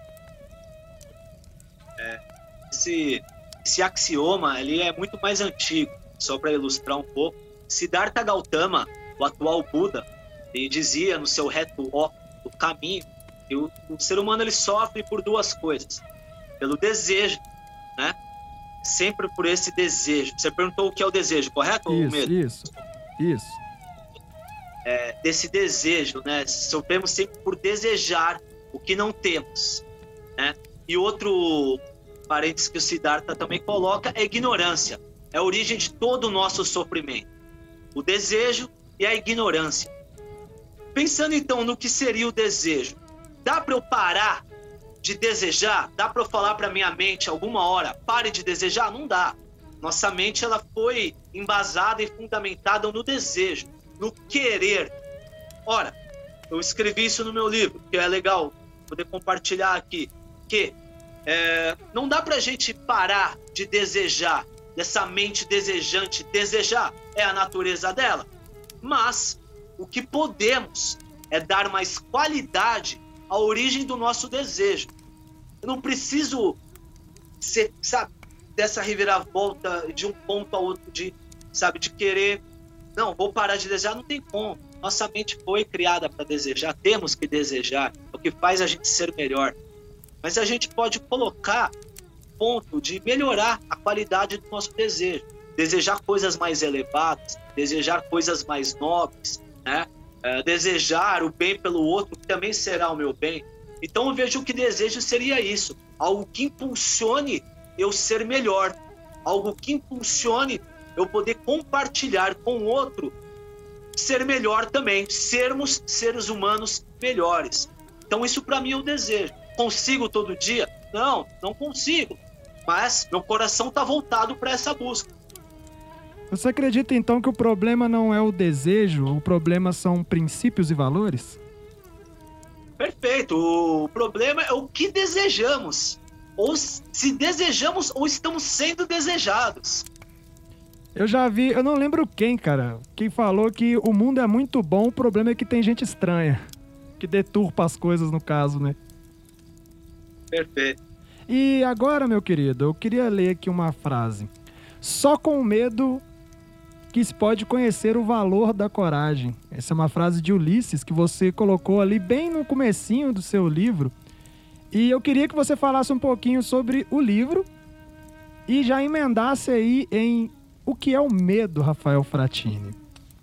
É, esse, esse axioma ali é muito mais antigo, só para ilustrar um pouco. Siddhartha Gautama, o atual Buda, ele dizia no seu reto ó, o caminho, que o, o ser humano ele sofre por duas coisas. Pelo desejo, né? Sempre por esse desejo. Você perguntou o que é o desejo, correto? Isso, ou medo? isso, isso. É, desse desejo, né? Sofremos sempre por desejar o que não temos, né? E outro parênteses que o Siddhartha também coloca é ignorância. É a origem de todo o nosso sofrimento. O desejo e a ignorância. Pensando então no que seria o desejo, dá para eu parar de desejar? Dá para eu falar para minha mente alguma hora, pare de desejar? Não dá. Nossa mente ela foi embasada e fundamentada no desejo, no querer. Ora, eu escrevi isso no meu livro, que é legal poder compartilhar aqui, que é, não dá para a gente parar de desejar, dessa mente desejante desejar, é a natureza dela. Mas o que podemos é dar mais qualidade à origem do nosso desejo. Eu não preciso ser, sabe, dessa reviravolta de um ponto a outro, de, sabe, de querer, não, vou parar de desejar, não tem como. Nossa mente foi criada para desejar, temos que desejar, é o que faz a gente ser melhor. Mas a gente pode colocar ponto de melhorar a qualidade do nosso desejo, desejar coisas mais elevadas, desejar coisas mais nobres, né? É, desejar o bem pelo outro, que também será o meu bem. Então eu vejo que desejo seria isso, algo que impulsione eu ser melhor, algo que impulsione eu poder compartilhar com o outro, ser melhor também, sermos seres humanos melhores. Então isso para mim é um desejo. Consigo todo dia? Não, não consigo, mas meu coração está voltado para essa busca. Você acredita então que o problema não é o desejo, o problema são princípios e valores? Perfeito, o problema é o que desejamos, ou se desejamos ou estamos sendo desejados. Eu já vi, eu não lembro quem, cara, quem falou que o mundo é muito bom, o problema é que tem gente estranha, que deturpa as coisas no caso, né? Perfeito. E agora, meu querido, eu queria ler aqui uma frase. Só com medo que se pode conhecer o valor da coragem. Essa é uma frase de Ulisses que você colocou ali bem no comecinho do seu livro. E eu queria que você falasse um pouquinho sobre o livro e já emendasse aí em o que é o medo, Rafael Frattini.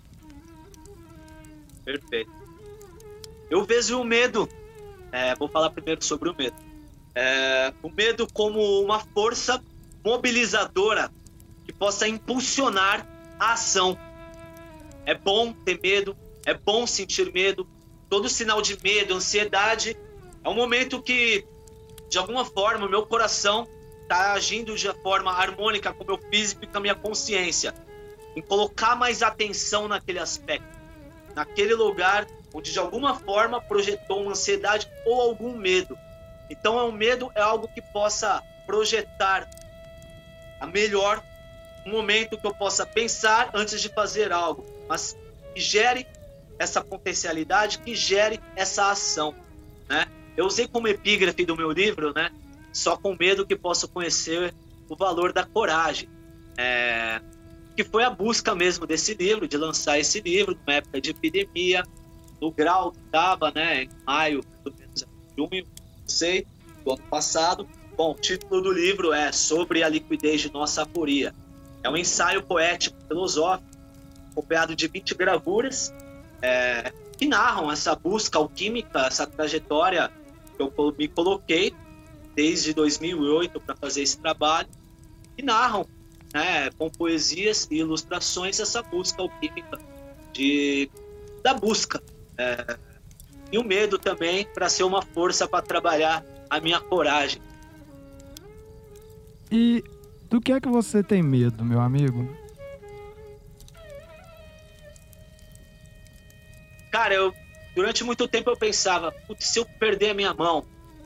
Perfeito. Eu vejo o medo, é, vou falar primeiro sobre o medo. É, o medo como uma força mobilizadora que possa impulsionar a ação. É bom ter medo, é bom sentir medo. Todo sinal de medo, ansiedade, é um momento que, de alguma forma, o meu coração está agindo de forma harmônica com o meu físico e com a minha consciência, em colocar mais atenção naquele aspecto, naquele lugar onde de alguma forma projetou uma ansiedade ou algum medo. Então, o medo é algo que possa projetar a melhor um momento que eu possa pensar antes de fazer algo, mas que gere essa potencialidade, que gere essa ação, né? Eu usei como epígrafe do meu livro, né? Só com medo que posso conhecer o valor da coragem, é, que foi a busca mesmo desse livro, de lançar esse livro numa época de epidemia, no grau que estava, né? Em maio, pelo menos junho, não sei, do ano passado. Bom, o título do livro é Sobre a Liquidez de Nossa Aporia. É um ensaio poético, filosófico, acompanhado de vinte gravuras, é, que narram essa busca alquímica, essa trajetória que eu me coloquei desde dois mil e oito para fazer esse trabalho, e narram, né, com poesias e ilustrações essa busca alquímica de, da busca. É, e o medo também para ser uma força para trabalhar a minha coragem. E do que é que você tem medo, meu amigo? Cara, eu, durante muito tempo eu pensava, putz, se eu perder a minha mão...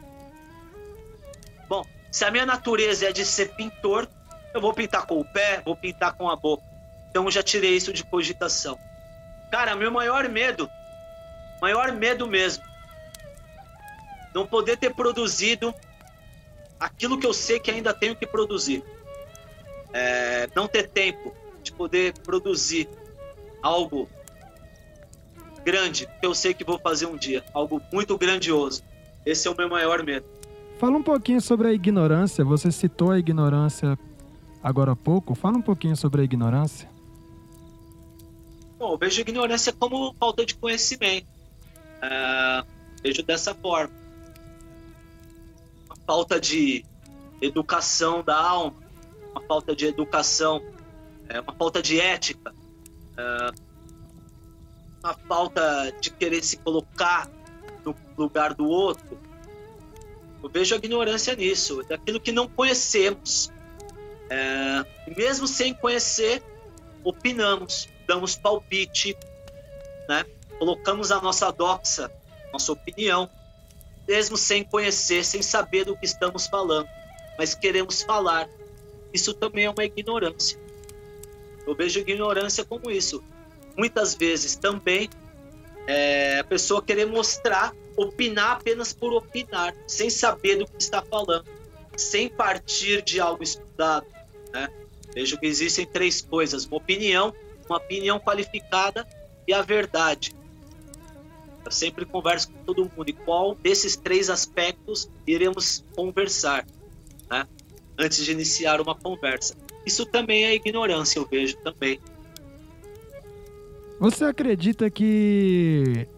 Bom, se a minha natureza é de ser pintor, eu vou pintar com o pé, vou pintar com a boca. Então eu já tirei isso de cogitação. Cara, meu maior medo, maior medo mesmo, não poder ter produzido aquilo que eu sei que ainda tenho que produzir. É, não ter tempo de poder produzir algo grande que eu sei que vou fazer um dia, algo muito grandioso. Esse é o meu maior medo. Fala um pouquinho sobre a ignorância. Você citou a ignorância agora há pouco. Fala um pouquinho sobre a ignorância. Bom, eu vejo a ignorância como falta de conhecimento. É, vejo dessa forma. Uma falta de educação da alma, uma falta de educação, é, uma falta de ética, é, uma falta de querer se colocar no lugar do outro. Eu vejo a ignorância nisso, daquilo que não conhecemos. É, mesmo sem conhecer, opinamos, damos palpite, né? Colocamos a nossa doxa, nossa opinião, mesmo sem conhecer, sem saber do que estamos falando, mas queremos falar. Isso também é uma ignorância. Eu vejo ignorância como isso. Muitas vezes também é, a pessoa querer mostrar, opinar apenas por opinar, sem saber do que está falando, sem partir de algo estudado, né? Vejo que existem três coisas: uma opinião, uma opinião qualificada e a verdade. Eu sempre converso com todo mundo e qual desses três aspectos iremos conversar, né? Antes de iniciar uma conversa. Isso também é ignorância, eu vejo também. Você acredita que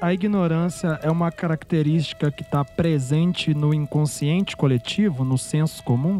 a ignorância é uma característica que está presente no inconsciente coletivo, no senso comum?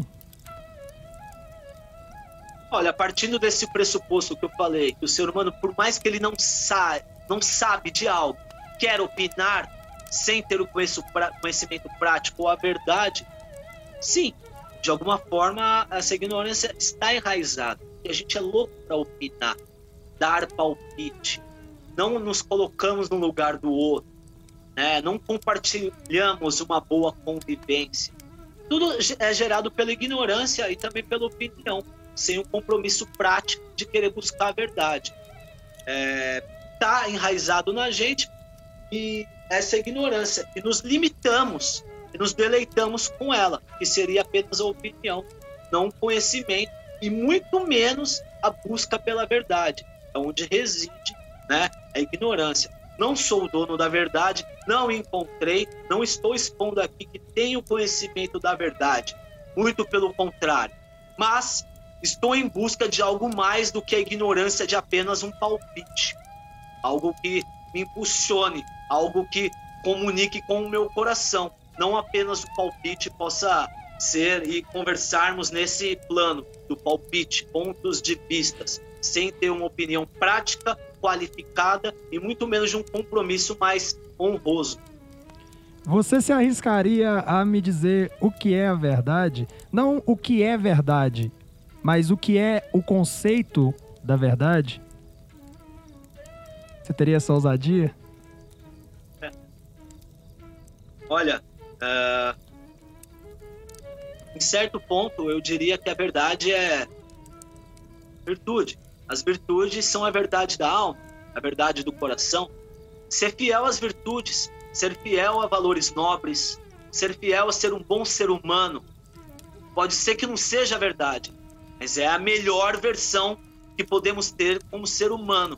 Olha, partindo desse pressuposto que eu falei, que o ser humano, por mais que ele não, sa não sabe de algo, quer opinar sem ter o conhecimento prático ou a verdade, sim, de alguma forma essa ignorância está enraizada. E a gente é louco para opinar, dar palpite, não nos colocamos no lugar do outro, né? Não compartilhamos uma boa convivência. Tudo é gerado pela ignorância e também pela opinião, sem um compromisso prático de querer buscar a verdade. Está é, enraizado na gente e essa ignorância, e nos limitamos e nos deleitamos com ela, que seria apenas a opinião, não o conhecimento e muito menos a busca pela verdade, é onde reside, né, a ignorância. Não sou o dono da verdade, não encontrei, não estou expondo aqui que tenho conhecimento da verdade, muito pelo contrário, mas estou em busca de algo mais do que a ignorância de apenas um palpite, algo que me impulsione, algo que comunique com o meu coração, não apenas o palpite possa ser e conversarmos nesse plano do palpite, pontos de vistas, sem ter uma opinião prática, qualificada e muito menos de um compromisso mais honroso. Você se arriscaria a me dizer o que é a verdade? Não o que é verdade, mas o que é o conceito da verdade? Você teria essa ousadia? É. Olha, uh, em certo ponto eu diria que a verdade é virtude. As virtudes são a verdade da alma, a verdade do coração. Ser fiel às virtudes, ser fiel a valores nobres, ser fiel a ser um bom ser humano. Pode ser que não seja a verdade, mas é a melhor versão que podemos ter como ser humano.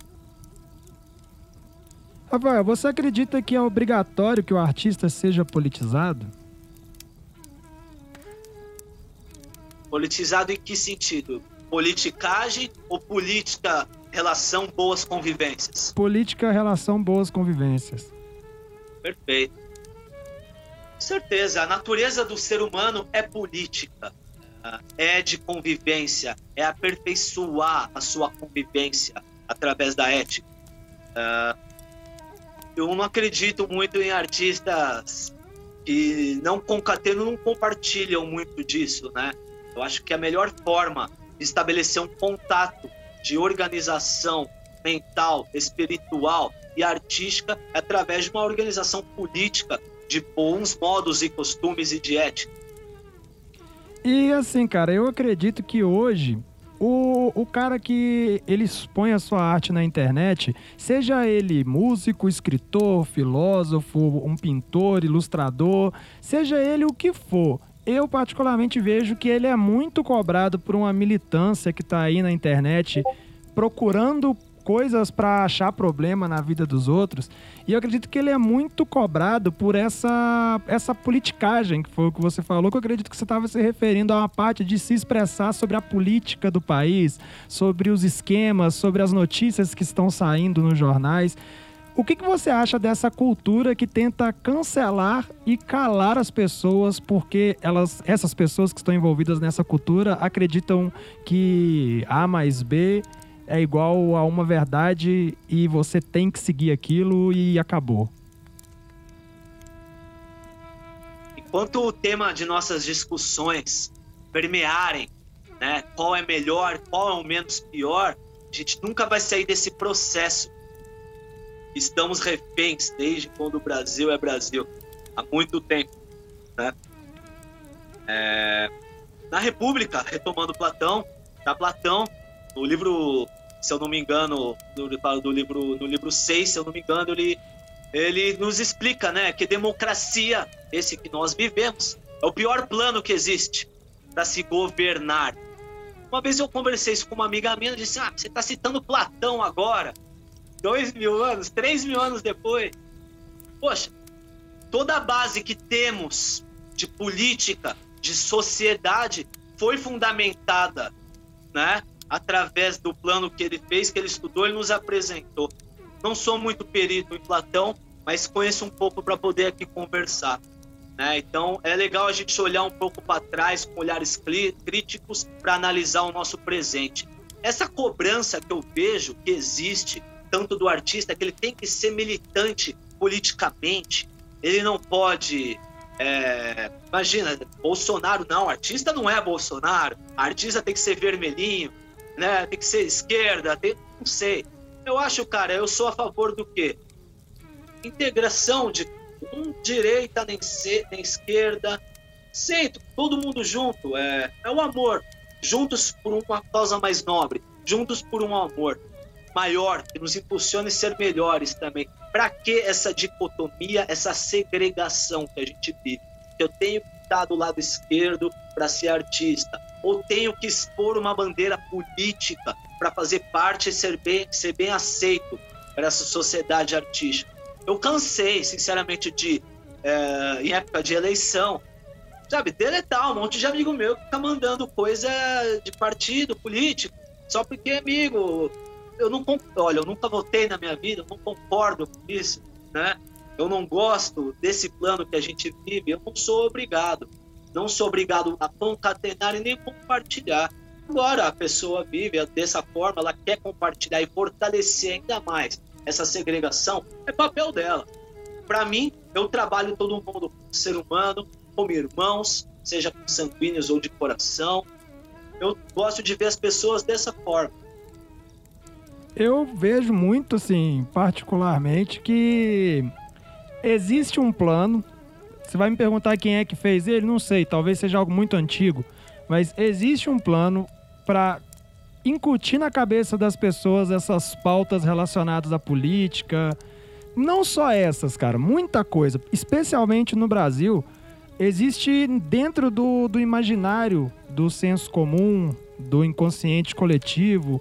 Rafael, você acredita que é obrigatório que o artista seja politizado? Politizado em que sentido? Politicagem ou política, relação, boas convivências? Política, relação, boas convivências. Perfeito. Com certeza, a natureza do ser humano é política, é de convivência, é aperfeiçoar a sua convivência através da ética. Eu não acredito muito em artistas que não concatenam, não compartilham muito disso, né? Eu acho que a melhor forma de estabelecer um contato de organização mental, espiritual e artística é através de uma organização política de bons modos e costumes e de ética. E assim, cara, eu acredito que hoje o, o cara que ele expõe a sua arte na internet, seja ele músico, escritor, filósofo, um pintor, ilustrador, seja ele o que for, eu particularmente vejo que ele é muito cobrado por uma militância que está aí na internet procurando coisas para achar problema na vida dos outros. E eu acredito que ele é muito cobrado por essa, essa politicagem, que foi o que você falou, que eu acredito que você estava se referindo a uma parte de se expressar sobre a política do país, sobre os esquemas, sobre as notícias que estão saindo nos jornais. O que, que você acha dessa cultura que tenta cancelar e calar as pessoas porque elas, essas pessoas que estão envolvidas nessa cultura acreditam que A mais B é igual a uma verdade e você tem que seguir aquilo e acabou? Enquanto o tema de nossas discussões permearem, né, qual é melhor, qual é o menos pior, a gente nunca vai sair desse processo. Estamos reféns desde quando o Brasil é Brasil, há muito tempo, né? É... Na República, retomando Platão, da Platão, no livro, se eu não me engano, no, do livro, no livro seis, se eu não me engano, ele, ele nos explica, né, que democracia, esse que nós vivemos, é o pior plano que existe para se governar. Uma vez eu conversei isso com uma amiga minha e disse, ah, você está citando Platão agora? Dois mil anos, três mil anos depois. Poxa, toda a base que temos de política, de sociedade, foi fundamentada, né, através do plano que ele fez, que ele estudou, ele nos apresentou. Não sou muito perito em Platão, mas conheço um pouco para poder aqui conversar. Né? Então é legal a gente olhar um pouco para trás com olhares críticos para analisar o nosso presente. Essa cobrança que eu vejo que existe, tanto do artista, que ele tem que ser militante politicamente, ele não pode... É, imagina, Bolsonaro não, artista não é Bolsonaro, artista tem que ser vermelhinho, né? Tem que ser esquerda, tem, não sei. Eu acho, cara, eu sou a favor do quê? Integração de um direita, nem, ser, nem esquerda, centro, todo mundo junto, é, é o amor, juntos por uma causa mais nobre, juntos por um amor maior, que nos impulsione a ser melhores também. Para que essa dicotomia, essa segregação que a gente vive? Eu tenho que estar do lado esquerdo para ser artista, ou tenho que expor uma bandeira política para fazer parte e ser bem, ser bem aceito para essa sociedade artística. Eu cansei, sinceramente, de, é, em época de eleição, sabe, deletar um monte de amigo meu que fica mandando coisa de partido político, só porque é amigo. Eu não, olha, eu nunca votei na minha vida, eu não concordo com isso, né? Eu não gosto desse plano que a gente vive, eu não sou obrigado. Não sou obrigado a concatenar e nem compartilhar. Agora a pessoa vive dessa forma, ela quer compartilhar e fortalecer ainda mais essa segregação, é papel dela. Para mim, eu trabalho todo mundo como ser humano, como irmãos, seja sanguíneos ou de coração. Eu gosto de ver as pessoas dessa forma. Eu vejo muito, assim, particularmente, que existe um plano. Você vai me perguntar quem é que fez ele? Não sei, talvez seja algo muito antigo. Mas existe um plano para incutir na cabeça das pessoas essas pautas relacionadas à política. Não só essas, cara, muita coisa. Especialmente no Brasil, existe dentro do, do imaginário, do senso comum, do inconsciente coletivo,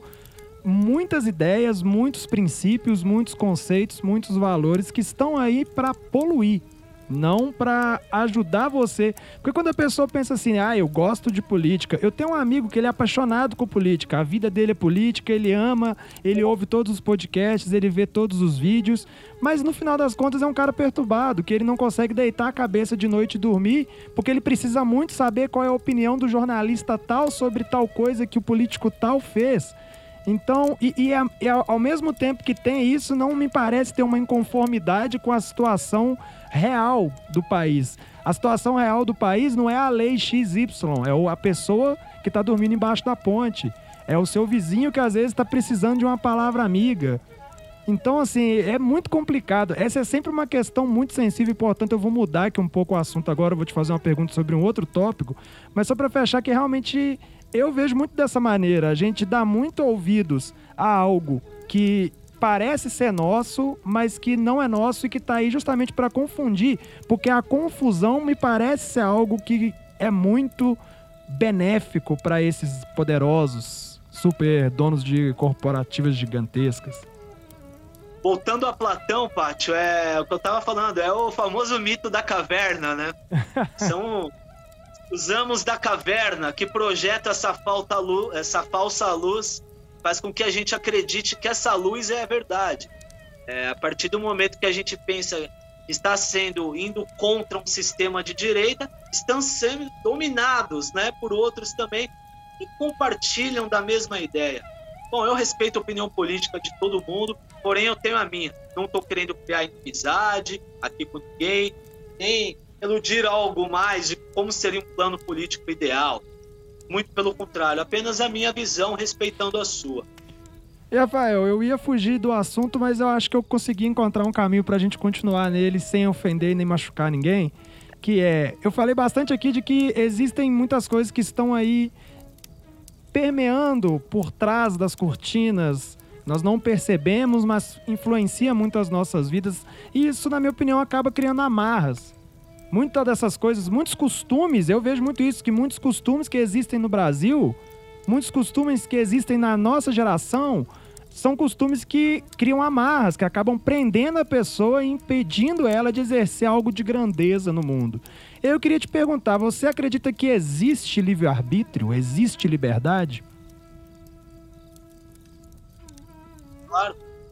muitas ideias, muitos princípios, muitos conceitos, muitos valores que estão aí para poluir, não para ajudar você. Porque quando a pessoa pensa assim, ah, eu gosto de política, eu tenho um amigo que ele é apaixonado com política, a vida dele é política, ele ama, ele ouve todos os podcasts, ele vê todos os vídeos, mas no final das contas é um cara perturbado, que ele não consegue deitar a cabeça de noite e dormir, porque ele precisa muito saber qual é a opinião do jornalista tal sobre tal coisa que o político tal fez. Então, e, e, e ao mesmo tempo que tem isso, não me parece ter uma inconformidade com a situação real do país. A situação real do país não é a lei X Y, é a pessoa que está dormindo embaixo da ponte. É o seu vizinho que às vezes está precisando de uma palavra amiga. Então, assim, é muito complicado. Essa é sempre uma questão muito sensível e, portanto, eu vou mudar aqui um pouco o assunto agora. Eu vou te fazer uma pergunta sobre um outro tópico, mas só para fechar que realmente eu vejo muito dessa maneira. A gente dá muito ouvidos a algo que parece ser nosso, mas que não é nosso e que está aí justamente para confundir, porque a confusão me parece ser algo que é muito benéfico para esses poderosos, super donos de corporativas gigantescas. Voltando a Platão, Pátio, é o que eu tava falando, é o famoso mito da caverna, né? São os amos da caverna que projetam essa, falta luz, essa falsa luz, faz com que a gente acredite que essa luz é a verdade. É, a partir do momento que a gente pensa que está sendo, indo contra um sistema de direita, estão sendo dominados, né, por outros também que compartilham da mesma ideia. Bom, eu respeito a opinião política de todo mundo, porém eu tenho a minha. Não estou querendo criar inimizade aqui com ninguém, nem eludir algo mais de como seria um plano político ideal. Muito pelo contrário, apenas a minha visão respeitando a sua. E, Rafael, eu ia fugir do assunto, mas eu acho que eu consegui encontrar um caminho para a gente continuar nele sem ofender nem machucar ninguém, que é, eu falei bastante aqui de que existem muitas coisas que estão aí permeando por trás das cortinas, nós não percebemos, mas influencia muito as nossas vidas, e isso, na minha opinião, acaba criando amarras. Muitas dessas coisas, muitos costumes, eu vejo muito isso, que muitos costumes que existem no Brasil, muitos costumes que existem na nossa geração, são costumes que criam amarras, que acabam prendendo a pessoa e impedindo ela de exercer algo de grandeza no mundo. Eu queria te perguntar, você acredita que existe livre-arbítrio? Existe liberdade? Claro.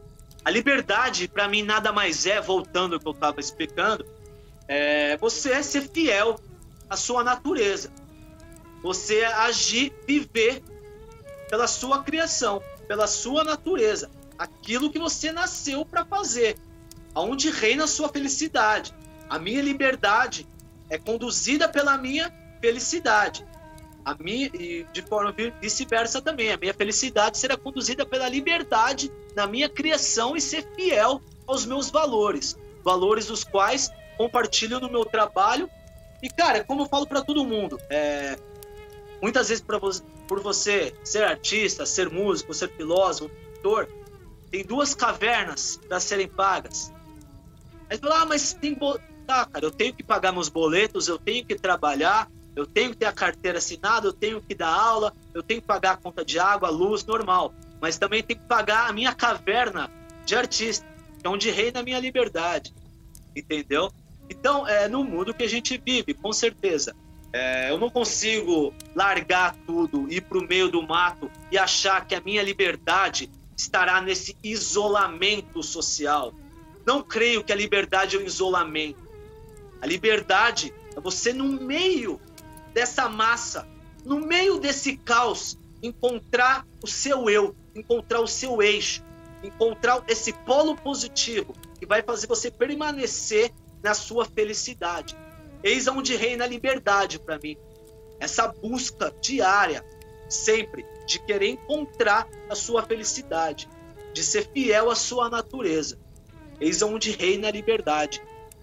A liberdade, para mim, nada mais é, voltando ao que eu estava explicando, é você é ser fiel à sua natureza. Você agir, viver pela sua criação, pela sua natureza. Aquilo que você nasceu para fazer. Aonde reina a sua felicidade. A minha liberdade é conduzida pela minha felicidade. A minha, e de forma vice-versa também. A minha felicidade será conduzida pela liberdade na minha criação e ser fiel aos meus valores. Valores os quais compartilho no meu trabalho. E, cara, como eu falo para todo mundo, é, muitas vezes pra você, por você ser artista, ser músico, ser filósofo, pintor, tem duas cavernas para serem pagas. Aí você fala, ah, mas tem... Bo... Tá, cara, eu tenho que pagar meus boletos, eu tenho que trabalhar, eu tenho que ter a carteira assinada, eu tenho que dar aula, eu tenho que pagar a conta de água, luz, normal. Mas também tenho que pagar a minha caverna de artista, que é onde reina a minha liberdade. Entendeu? Então, é no mundo que a gente vive, com certeza. É, eu não consigo largar tudo, ir para o meio do mato e achar que a minha liberdade estará nesse isolamento social. Não creio que a liberdade é o isolamento. A liberdade é você, no meio dessa massa, no meio desse caos, encontrar o seu eu, encontrar o seu eixo, encontrar esse polo positivo que vai fazer você permanecer na sua felicidade. Eis onde reina a liberdade para mim. Essa busca diária, sempre, de querer encontrar a sua felicidade, de ser fiel à sua natureza. Eis onde reina a liberdade.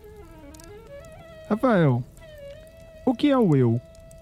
Rafael, o que é o eu?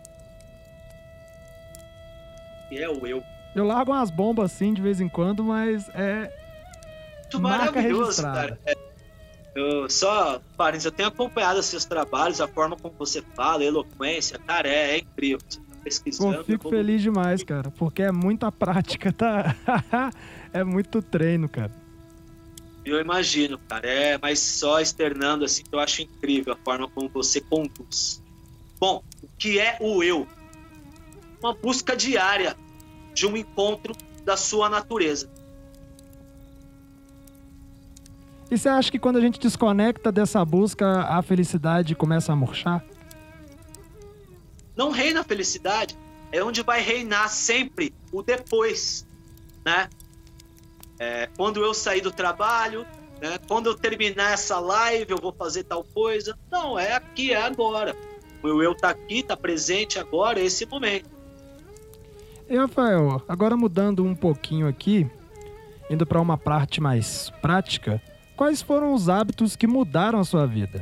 O que é o eu? Eu largo umas bombas assim de vez em quando, mas é Muito marca maravilhoso, registrada. cara. É, eu só, parentes, eu tenho acompanhado os seus trabalhos, a forma como você fala, a eloquência, cara, é, é incrível. Você tá pesquisando. Pô, fico como... feliz demais, cara, porque é muita prática, tá? É muito treino, cara. Eu imagino, cara, é, mas só externando assim, que eu acho incrível a forma como você conduz. Bom, o que é o eu? Uma busca diária de um encontro da sua natureza. E você acha que quando a gente desconecta dessa busca, a felicidade começa a murchar? Não reina a felicidade, é onde vai reinar sempre o depois, né? É, quando eu sair do trabalho, né? Quando eu terminar essa live, eu vou fazer tal coisa. Não, é aqui, é agora. O eu tá aqui, tá presente agora, é esse momento. E, Rafael, agora mudando um pouquinho aqui, indo para uma parte mais prática, quais foram os hábitos que mudaram a sua vida?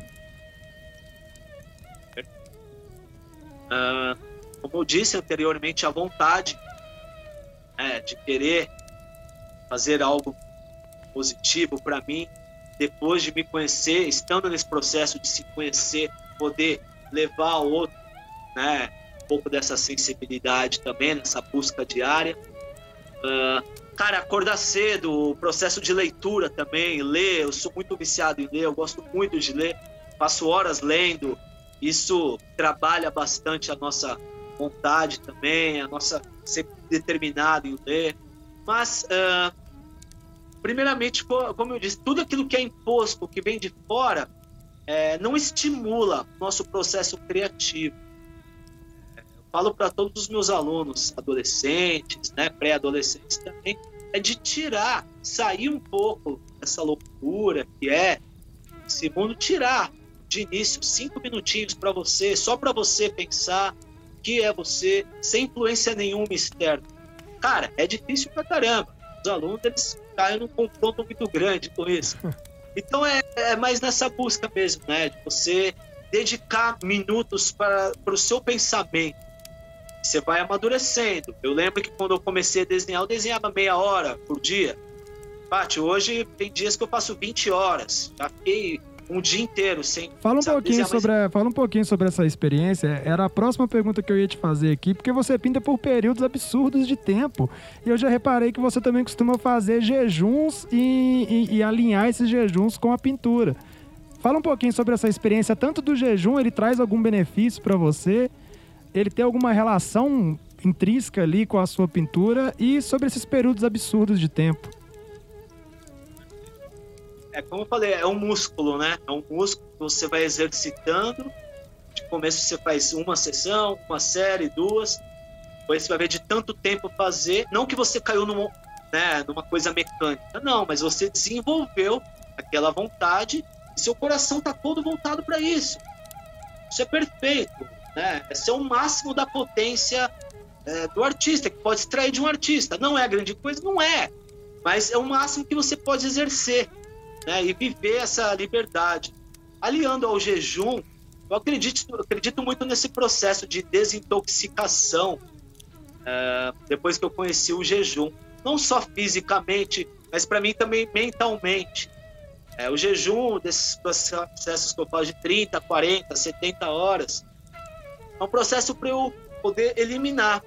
Ah, como eu disse anteriormente, a vontade, né, de querer fazer algo positivo para mim, depois de me conhecer, estando nesse processo de se conhecer, poder levar ao outro, né, um pouco dessa sensibilidade também, nessa busca diária. Uh, cara, acordar cedo, o processo de leitura também, ler, eu sou muito viciado em ler, eu gosto muito de ler, passo horas lendo, isso trabalha bastante a nossa vontade também, a nossa ser determinado em ler. Mas, uh, primeiramente, como eu disse, tudo aquilo que é imposto, que vem de fora, é, não estimula o nosso processo criativo. Eu falo para todos os meus alunos, adolescentes, né, pré-adolescentes também, é de tirar, sair um pouco dessa loucura que é, segundo, tirar de início cinco minutinhos para você, só para você pensar que é você, sem influência nenhuma externa. Cara, é difícil pra caramba. Os alunos, eles caem num confronto muito grande com isso. Então é, é mais nessa busca mesmo, né? De você dedicar minutos para, para o seu pensamento. Você vai amadurecendo. Eu lembro que quando eu comecei a desenhar, eu desenhava meia hora por dia. Pati, hoje tem dias que eu faço vinte horas. Já fiquei um dia inteiro sem... Fala um, sabe, pouquinho desenhar, sobre, mas... a, fala um pouquinho sobre essa experiência. Era a próxima pergunta que eu ia te fazer aqui, porque você pinta por períodos absurdos de tempo. E eu já reparei que você também costuma fazer jejuns e, e, e alinhar esses jejuns com a pintura. Fala um pouquinho sobre essa experiência, tanto do jejum, ele traz algum benefício para você? Ele tem alguma relação intrínseca ali com a sua pintura? E sobre esses períodos absurdos de tempo? é como eu falei, é um músculo, né? É um músculo que você vai exercitando. De começo você faz uma sessão, uma série, duas. Depois você vai ver de tanto tempo fazer. Não que você caiu numa, né, numa coisa mecânica, não, mas você desenvolveu aquela vontade e seu coração está todo voltado para isso. Isso é perfeito, né? Esse é o máximo da potência é, do artista, que pode extrair de um artista. Não é a grande coisa? Não é. Mas é o máximo que você pode exercer, né? E viver essa liberdade. Aliando ao jejum, eu acredito, eu acredito muito nesse processo de desintoxicação é, depois que eu conheci o jejum. Não só fisicamente, mas para mim também mentalmente. É, o jejum, desses processos que eu falo de trinta, quarenta, setenta horas, é um processo para eu poder eliminar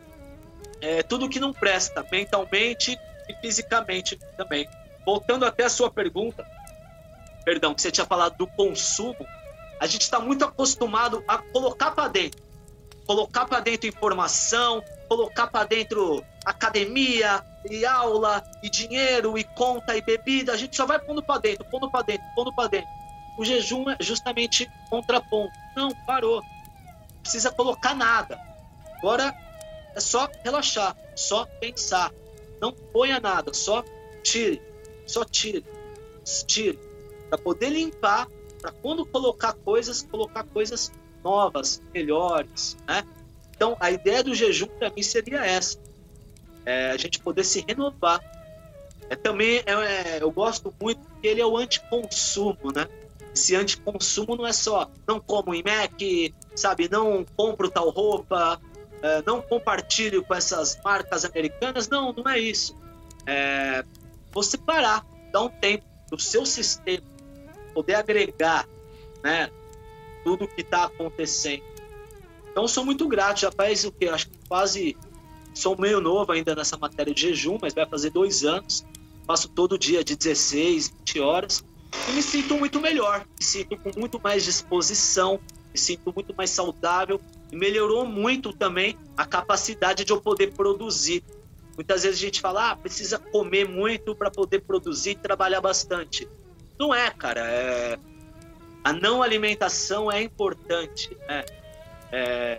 é, tudo que não presta, mentalmente e fisicamente também. Voltando até a sua pergunta, perdão, que você tinha falado do consumo, a gente está muito acostumado a colocar para dentro, colocar para dentro informação, colocar para dentro academia, e aula, e dinheiro, e conta, e bebida, a gente só vai pondo para dentro, pondo para dentro, pondo para dentro. O jejum é justamente contraponto. Não, parou. Não precisa colocar nada. Agora é só relaxar, só pensar. Não ponha nada, só tire, só tire, tire. Para poder limpar, para quando colocar coisas, colocar coisas novas, melhores, né? Então, a ideia do jejum para mim seria essa. É, a gente poder se renovar. É, também é, eu gosto muito porque ele é o anticonsumo, né? Esse anticonsumo não é só não como em Mac, sabe? Não compro tal roupa, é, não compartilho com essas marcas americanas. Não, não é isso. É, você parar, dar um tempo do seu sistema, poder agregar, né, tudo que está acontecendo. Então, eu sou muito grato. Já faz o quê? Acho que quase... Sou meio novo ainda nessa matéria de jejum, mas vai fazer dois anos. Faço todo dia de dezesseis, vinte horas. E me sinto muito melhor. Me sinto com muito mais disposição. Me sinto muito mais saudável. E melhorou muito também a capacidade de eu poder produzir. Muitas vezes a gente fala, ah, precisa comer muito para poder produzir e trabalhar bastante. Não é, cara. É... A não alimentação é importante, né? É...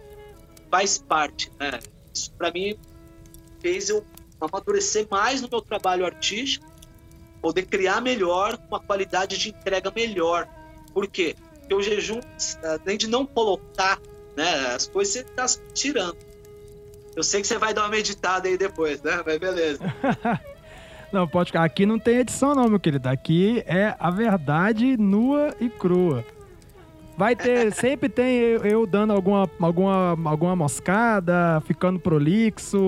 Faz parte, né? Isso, para mim, fez eu amadurecer mais no meu trabalho artístico, poder criar melhor, com uma qualidade de entrega melhor. Por quê? Porque o jejum, além de não colocar, né, as coisas, você está tirando. Eu sei que você vai dar uma meditada aí depois, né? Mas beleza. Não, pode ficar. Aqui não tem edição não, meu querido. Aqui é a verdade nua e crua. Vai ter, sempre tem eu, eu dando alguma, alguma, alguma moscada, ficando prolixo.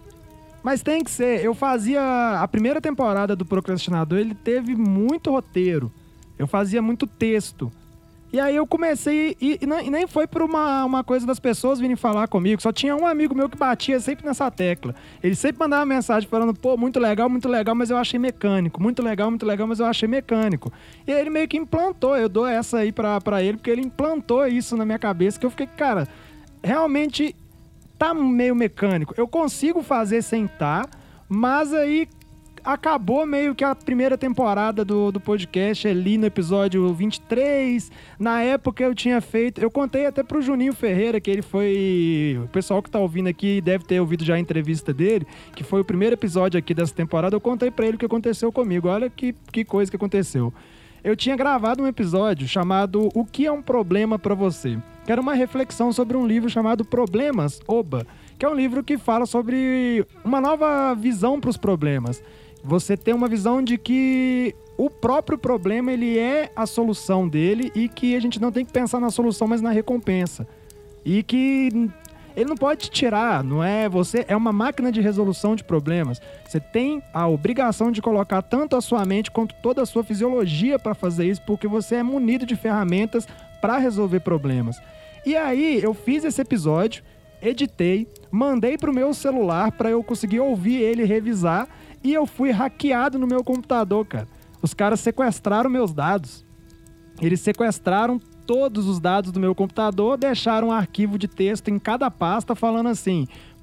Mas tem que ser. Eu fazia... A primeira temporada do Procrastinador, ele teve muito roteiro. Eu fazia muito texto. E aí eu comecei... E, e nem foi por uma, uma coisa das pessoas virem falar comigo. Só tinha um amigo meu que batia sempre nessa tecla. Ele sempre mandava mensagem falando, pô, muito legal, muito legal, mas eu achei mecânico. Muito legal, muito legal, mas eu achei mecânico. E aí ele meio que implantou. Eu dou essa aí pra, pra ele, porque ele implantou isso na minha cabeça, que eu fiquei, cara, realmente tá meio mecânico. Eu consigo fazer sem tá, mas aí... Acabou meio que a primeira temporada do, do podcast ali no episódio vinte e três. Na época eu tinha feito... Eu contei até pro Juninho Ferreira, que ele foi... O pessoal que tá ouvindo aqui deve ter ouvido já a entrevista dele, que foi o primeiro episódio aqui dessa temporada. Eu contei pra ele o que aconteceu comigo. Olha que, que coisa que aconteceu. Eu tinha gravado um episódio chamado O que é um problema pra você? Que era uma reflexão sobre um livro chamado Problemas, Oba, que é um livro que fala sobre uma nova visão pros problemas. Você tem uma visão de que o próprio problema, ele é a solução dele e que a gente não tem que pensar na solução, mas na recompensa. E que ele não pode te tirar, não é? Você é uma máquina de resolução de problemas. Você tem a obrigação de colocar tanto a sua mente quanto toda a sua fisiologia para fazer isso, porque você é munido de ferramentas para resolver problemas. E aí, eu fiz esse episódio, editei, mandei pro meu celular para eu conseguir ouvir ele e revisar. E eu fui hackeado no meu computador, cara. Os caras sequestraram meus dados. Eles sequestraram todos os dados do meu computador, deixaram um arquivo de texto em cada pasta falando assim,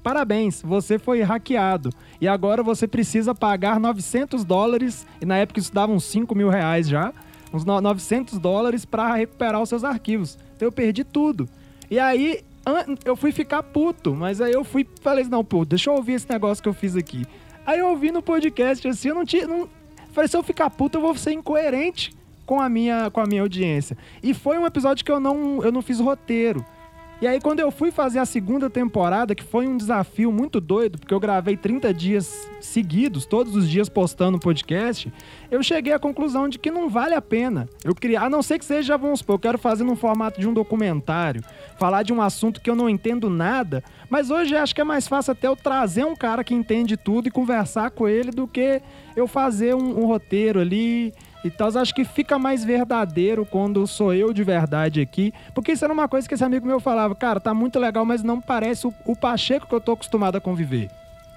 parabéns, você foi hackeado. E agora você precisa pagar novecentos dólares, e na época isso dava uns cinco mil reais já, uns novecentos dólares para recuperar os seus arquivos. Então eu perdi tudo. E aí eu fui ficar puto, mas aí eu fui falei assim, não, pô, deixa eu ouvir esse negócio que eu fiz aqui. Aí eu ouvi no podcast, assim, eu não tinha... Não... Falei, se eu ficar puto, eu vou ser incoerente com a minha, com a minha audiência. E foi um episódio que eu não, eu não fiz roteiro. E aí, quando eu fui fazer a segunda temporada, que foi um desafio muito doido, porque eu gravei trinta dias seguidos, todos os dias postando podcast, eu cheguei à conclusão de que não vale a pena. Eu queria, a não ser que seja, vamos supor, eu quero fazer no formato de um documentário, falar de um assunto que eu não entendo nada, mas hoje acho que é mais fácil até eu trazer um cara que entende tudo e conversar com ele do que eu fazer um, um roteiro ali. Então, eu acho que fica mais verdadeiro quando sou eu de verdade aqui. Porque isso era uma coisa que esse amigo meu falava. Cara, tá muito legal, mas não parece o, o Pacheco que eu tô acostumado a conviver.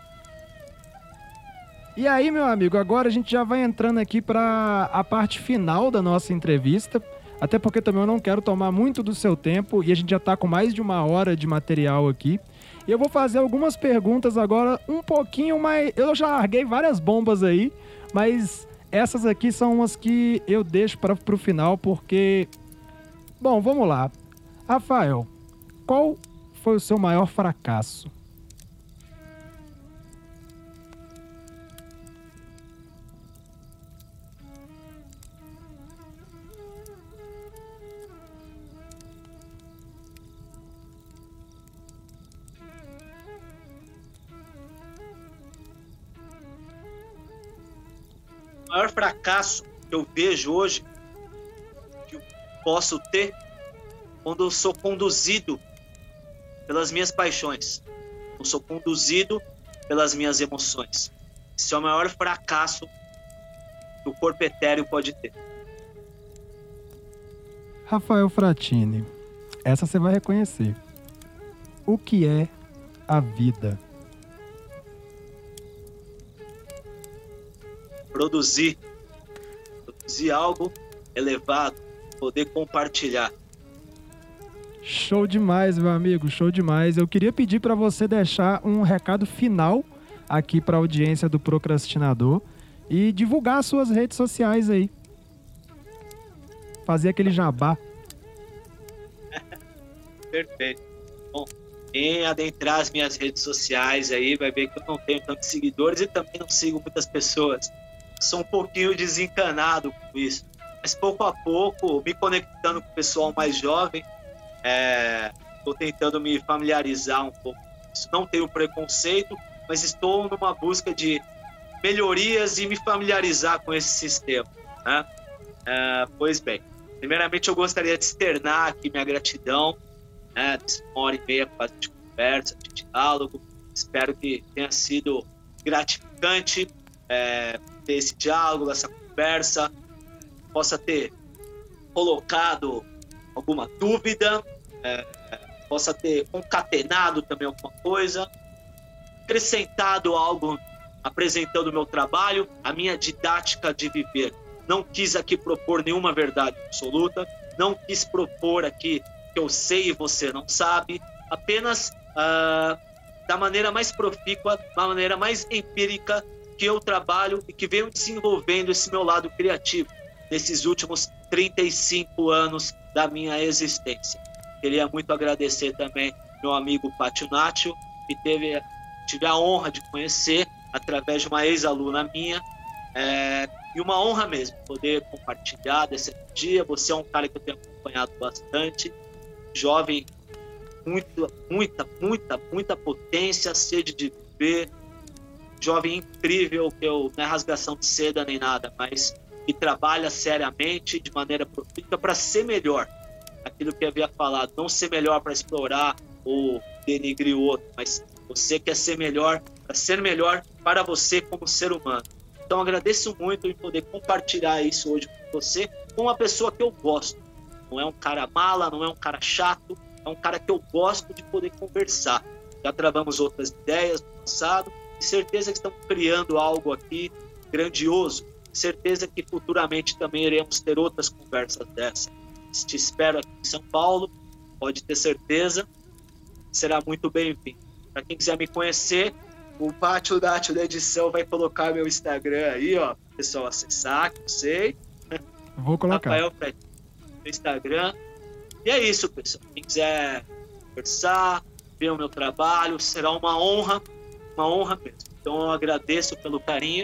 E aí, meu amigo, agora a gente já vai entrando aqui para a parte final da nossa entrevista. Até porque também eu não quero tomar muito do seu tempo. E a gente já tá com mais de uma hora de material aqui. E eu vou fazer algumas perguntas agora um pouquinho mais... Eu já larguei várias bombas aí, mas... Essas aqui são umas que eu deixo para o final porque... Bom, vamos lá. Rafael, qual foi o seu maior fracasso? O maior fracasso que eu vejo hoje, que eu posso ter, quando eu sou conduzido pelas minhas paixões, eu sou conduzido pelas minhas emoções. Esse é o maior fracasso que o corpo etéreo pode ter. Rafael Frattini, essa você vai reconhecer. O que é a vida? Produzir, produzir algo elevado, poder compartilhar. Show demais, meu amigo, show demais. Eu queria pedir para você deixar um recado final aqui para a audiência do Procrastinador e divulgar as suas redes sociais aí. Fazer aquele jabá. Perfeito. Bom, quem adentrar as minhas redes sociais aí vai ver que eu não tenho tantos seguidores e também não sigo muitas pessoas. Sou um pouquinho desencanado com isso, mas pouco a pouco, me conectando com o pessoal mais jovem, estou é, tentando me familiarizar um pouco com isso. Não tenho preconceito, mas estou numa busca de melhorias e me familiarizar com esse sistema, né? É, pois bem, primeiramente eu gostaria de externar aqui minha gratidão, né, dessa uma hora e meia quase de conversa, de diálogo. Espero que tenha sido gratificante é, ter esse diálogo, essa conversa, possa ter colocado alguma dúvida, é, possa ter concatenado também alguma coisa, acrescentado algo apresentando o meu trabalho, a minha didática de viver. Não quis aqui propor nenhuma verdade absoluta, não quis propor aqui que eu sei e você não sabe, apenas uh, da maneira mais profícua, da maneira mais empírica que eu trabalho e que venho desenvolvendo esse meu lado criativo nesses últimos trinta e cinco anos da minha existência. Queria muito agradecer também meu amigo Pátio Nacho, que teve, tive a honra de conhecer através de uma ex-aluna minha, é, e uma honra mesmo poder compartilhar desse dia. Você é um cara que eu tenho acompanhado bastante, jovem, muita, muita, muita, muita potência, sede de viver, jovem incrível, que eu não é rasgação de seda nem nada, mas que trabalha seriamente, de maneira profícua, para ser melhor. Aquilo que eu havia falado, não ser melhor para explorar ou denigrir o outro, mas você quer ser melhor, para ser melhor para você como ser humano. Então agradeço muito em poder compartilhar isso hoje com você, com uma pessoa que eu gosto. Não é um cara mala, não é um cara chato, é um cara que eu gosto de poder conversar. Já travamos outras ideias no passado, e certeza que estamos criando algo aqui grandioso. Certeza que futuramente também iremos ter outras conversas dessa. Te espero aqui em São Paulo, pode ter certeza, será muito bem-vindo. Para quem quiser me conhecer, o Pátio Dátio da edição vai colocar meu Instagram aí, ó, pro pessoal acessar, que eu sei. Vou colocar. Rafael Frattini no Instagram. E é isso, pessoal. Quem quiser conversar, ver o meu trabalho, será uma honra, uma honra mesmo. Então eu agradeço pelo carinho,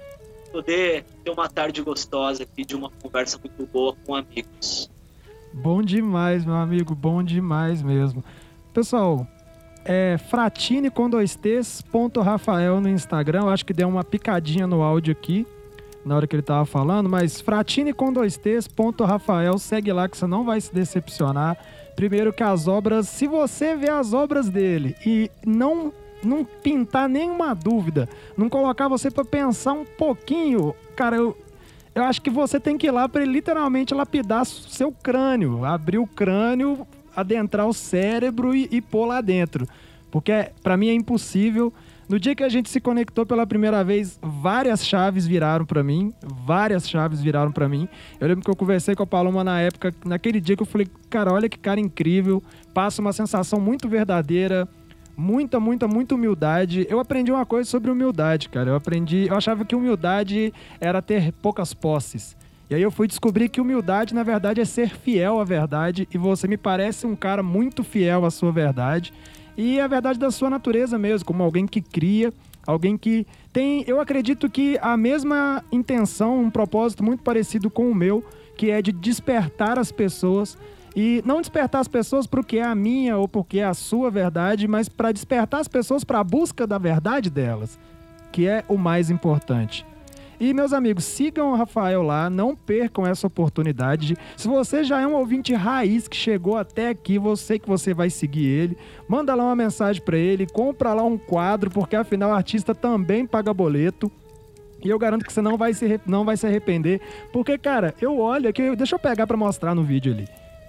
poder ter uma tarde gostosa aqui de uma conversa muito boa com amigos. Bom demais, meu amigo, bom demais mesmo. Pessoal, é Frattini com dois T's, ponto Rafael no Instagram. Eu acho que deu uma picadinha no áudio aqui, na hora que ele tava falando, mas Frattini com dois T's, ponto Rafael, segue lá que você não vai se decepcionar. Primeiro que as obras, se você ver as obras dele e não, não pintar nenhuma dúvida, não colocar você para pensar um pouquinho, cara, eu, eu acho que você tem que ir lá para ele literalmente lapidar seu crânio, abrir o crânio, adentrar o cérebro e, e pôr lá dentro. Porque para mim é impossível. No dia que a gente se conectou pela primeira vez, várias chaves viraram pra mim, várias chaves viraram pra mim. Eu lembro que eu conversei com a Paloma na época, naquele dia que eu falei, cara, olha que cara incrível, passa uma sensação muito verdadeira, muita, muita, muita humildade. Eu aprendi uma coisa sobre humildade, cara, eu aprendi, eu achava que humildade era ter poucas posses. E aí eu fui descobrir que humildade, na verdade, é ser fiel à verdade, e você me parece um cara muito fiel à sua verdade. E a verdade da sua natureza mesmo, como alguém que cria, alguém que tem, eu acredito que a mesma intenção, um propósito muito parecido com o meu, que é de despertar as pessoas, e não despertar as pessoas para o que é a minha ou porque é a sua verdade, mas para despertar as pessoas para a busca da verdade delas, que é o mais importante. E, meus amigos, sigam o Rafael lá, não percam essa oportunidade. Se você já é um ouvinte raiz que chegou até aqui, você que você vai seguir ele, manda lá uma mensagem para ele, compra lá um quadro, porque afinal o artista também paga boleto. E eu garanto que você não vai se, não vai se arrepender, porque, cara, eu olho aqui, deixa eu pegar para mostrar no vídeo ali.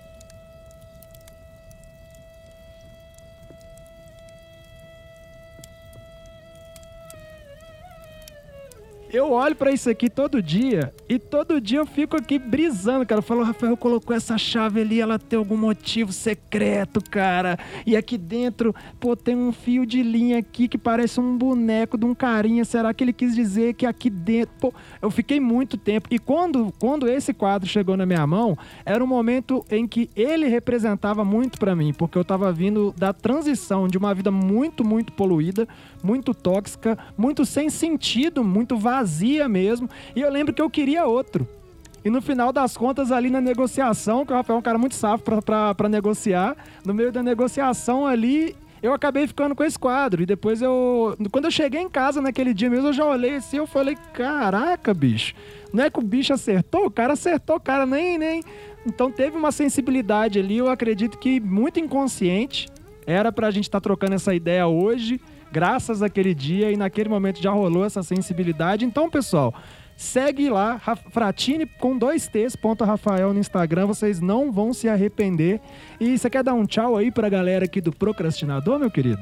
Eu olho pra isso aqui todo dia e todo dia eu fico aqui brisando, cara. Eu falo, Rafael colocou essa chave ali, ela tem algum motivo secreto, cara. E aqui dentro, pô, tem um fio de linha aqui que parece um boneco de um carinha. Será que ele quis dizer que aqui dentro... Pô, eu fiquei muito tempo. E quando, quando esse quadro chegou na minha mão, era um momento em que ele representava muito pra mim, porque eu tava vindo da transição de uma vida muito, muito poluída, muito tóxica, muito sem sentido, muito vazia mesmo, e eu lembro que eu queria outro. E no final das contas, ali na negociação, que o Rafael é um cara muito safo pra, pra, pra negociar, no meio da negociação ali, eu acabei ficando com esse quadro. E depois eu... Quando eu cheguei em casa naquele dia mesmo, eu já olhei assim, eu falei, caraca, bicho, não é que o bicho acertou? O cara acertou, o cara nem... nem... Então teve uma sensibilidade ali, eu acredito que muito inconsciente, era pra gente estar tá trocando essa ideia hoje, graças àquele dia, e naquele momento já rolou essa sensibilidade. Então, pessoal, segue lá, Frattini com dois T's, ponto Rafael no Instagram, vocês não vão se arrepender. E você quer dar um tchau aí pra galera aqui do Procrastinador, meu querido?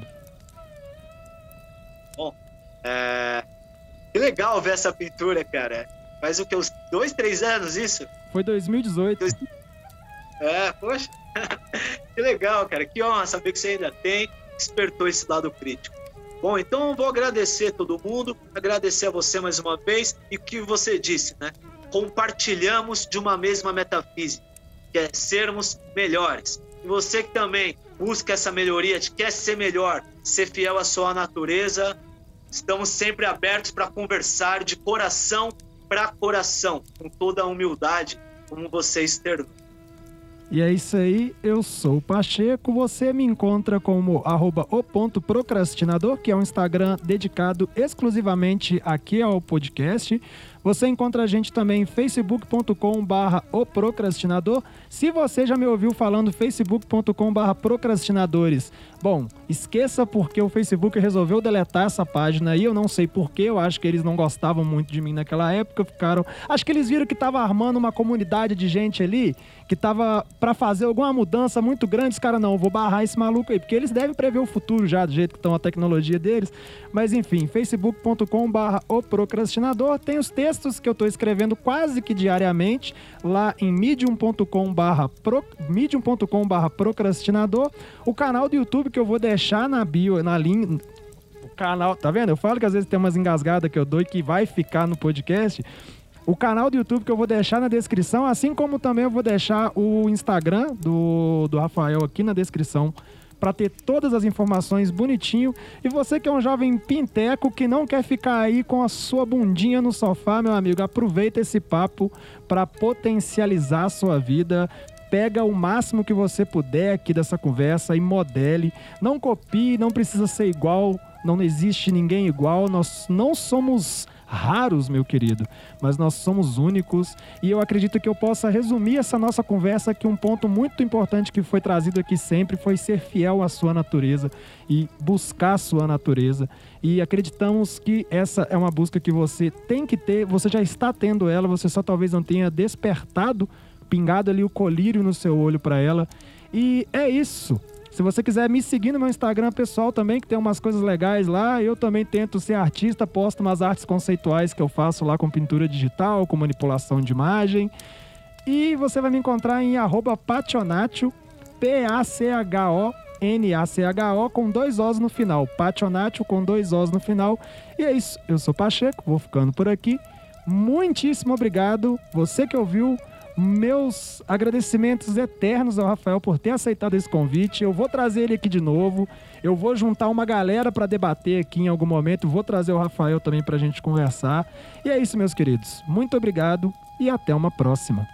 Bom, é... que legal ver essa pintura, cara. Faz o que, uns dois, três anos isso? Foi dois mil e dezoito. Dois... É, poxa. Que legal, cara. Que honra saber que você ainda tem, despertou esse lado crítico. Bom, então eu vou agradecer a todo mundo, agradecer a você mais uma vez, e o que você disse, né? Compartilhamos de uma mesma metafísica, que é sermos melhores. E você que também busca essa melhoria, quer ser melhor, ser fiel à sua natureza, estamos sempre abertos para conversar de coração para coração, com toda a humildade, como você externou. E é isso aí, eu sou o Pacheco, você me encontra como arroba o ponto procrastinador, que é um Instagram dedicado exclusivamente aqui ao podcast. Você encontra a gente também em facebook ponto com barra o procrastinador. Se você já me ouviu falando facebook ponto com barra procrastinadores, bom, esqueça, porque o Facebook resolveu deletar essa página e eu não sei porquê, eu acho que eles não gostavam muito de mim naquela época, ficaram... Acho que eles viram que tava armando uma comunidade de gente ali, que tava pra fazer alguma mudança muito grande, os caras, não, eu vou barrar esse maluco aí, porque eles devem prever o futuro já, do jeito que estão a tecnologia deles. Mas enfim, facebook ponto com barra o procrastinador, tem os textos textos que eu estou escrevendo quase que diariamente lá em medium ponto com barra medium ponto com barra procrastinador, o canal do YouTube que eu vou deixar na bio, na linha, o canal, tá vendo? Eu falo que às vezes tem umas engasgadas que eu dou e que vai ficar no podcast. O canal do YouTube que eu vou deixar na descrição, assim como também eu vou deixar o Instagram do, do Rafael aqui na descrição, para ter todas as informações bonitinho. E você que é um jovem pinteco que não quer ficar aí com a sua bundinha no sofá, meu amigo, aproveita esse papo para potencializar a sua vida. Pega o máximo que você puder aqui dessa conversa e modele. Não copie, não precisa ser igual, não existe ninguém igual. Nós não somos raros, meu querido, mas nós somos únicos, e eu acredito que eu possa resumir essa nossa conversa que um ponto muito importante que foi trazido aqui sempre foi ser fiel à sua natureza e buscar a sua natureza, e acreditamos que essa é uma busca que você tem que ter, você já está tendo ela, você só talvez não tenha despertado, pingado ali o colírio no seu olho para ela, e é isso. Se você quiser me seguir no meu Instagram pessoal também, que tem umas coisas legais lá, eu também tento ser artista, posto umas artes conceituais que eu faço lá com pintura digital, com manipulação de imagem. E você vai me encontrar em arroba pacionatio, P A C H O N A C H O, com dois Os no final. Pacionatio com dois Os no final. E é isso, eu sou Pacheco, vou ficando por aqui. Muitíssimo obrigado, você que ouviu. Meus agradecimentos eternos ao Rafael por ter aceitado esse convite. Eu vou trazer ele aqui de novo. Eu vou juntar uma galera para debater aqui em algum momento. Vou trazer o Rafael também para a gente conversar. E é isso, meus queridos. Muito obrigado e até uma próxima.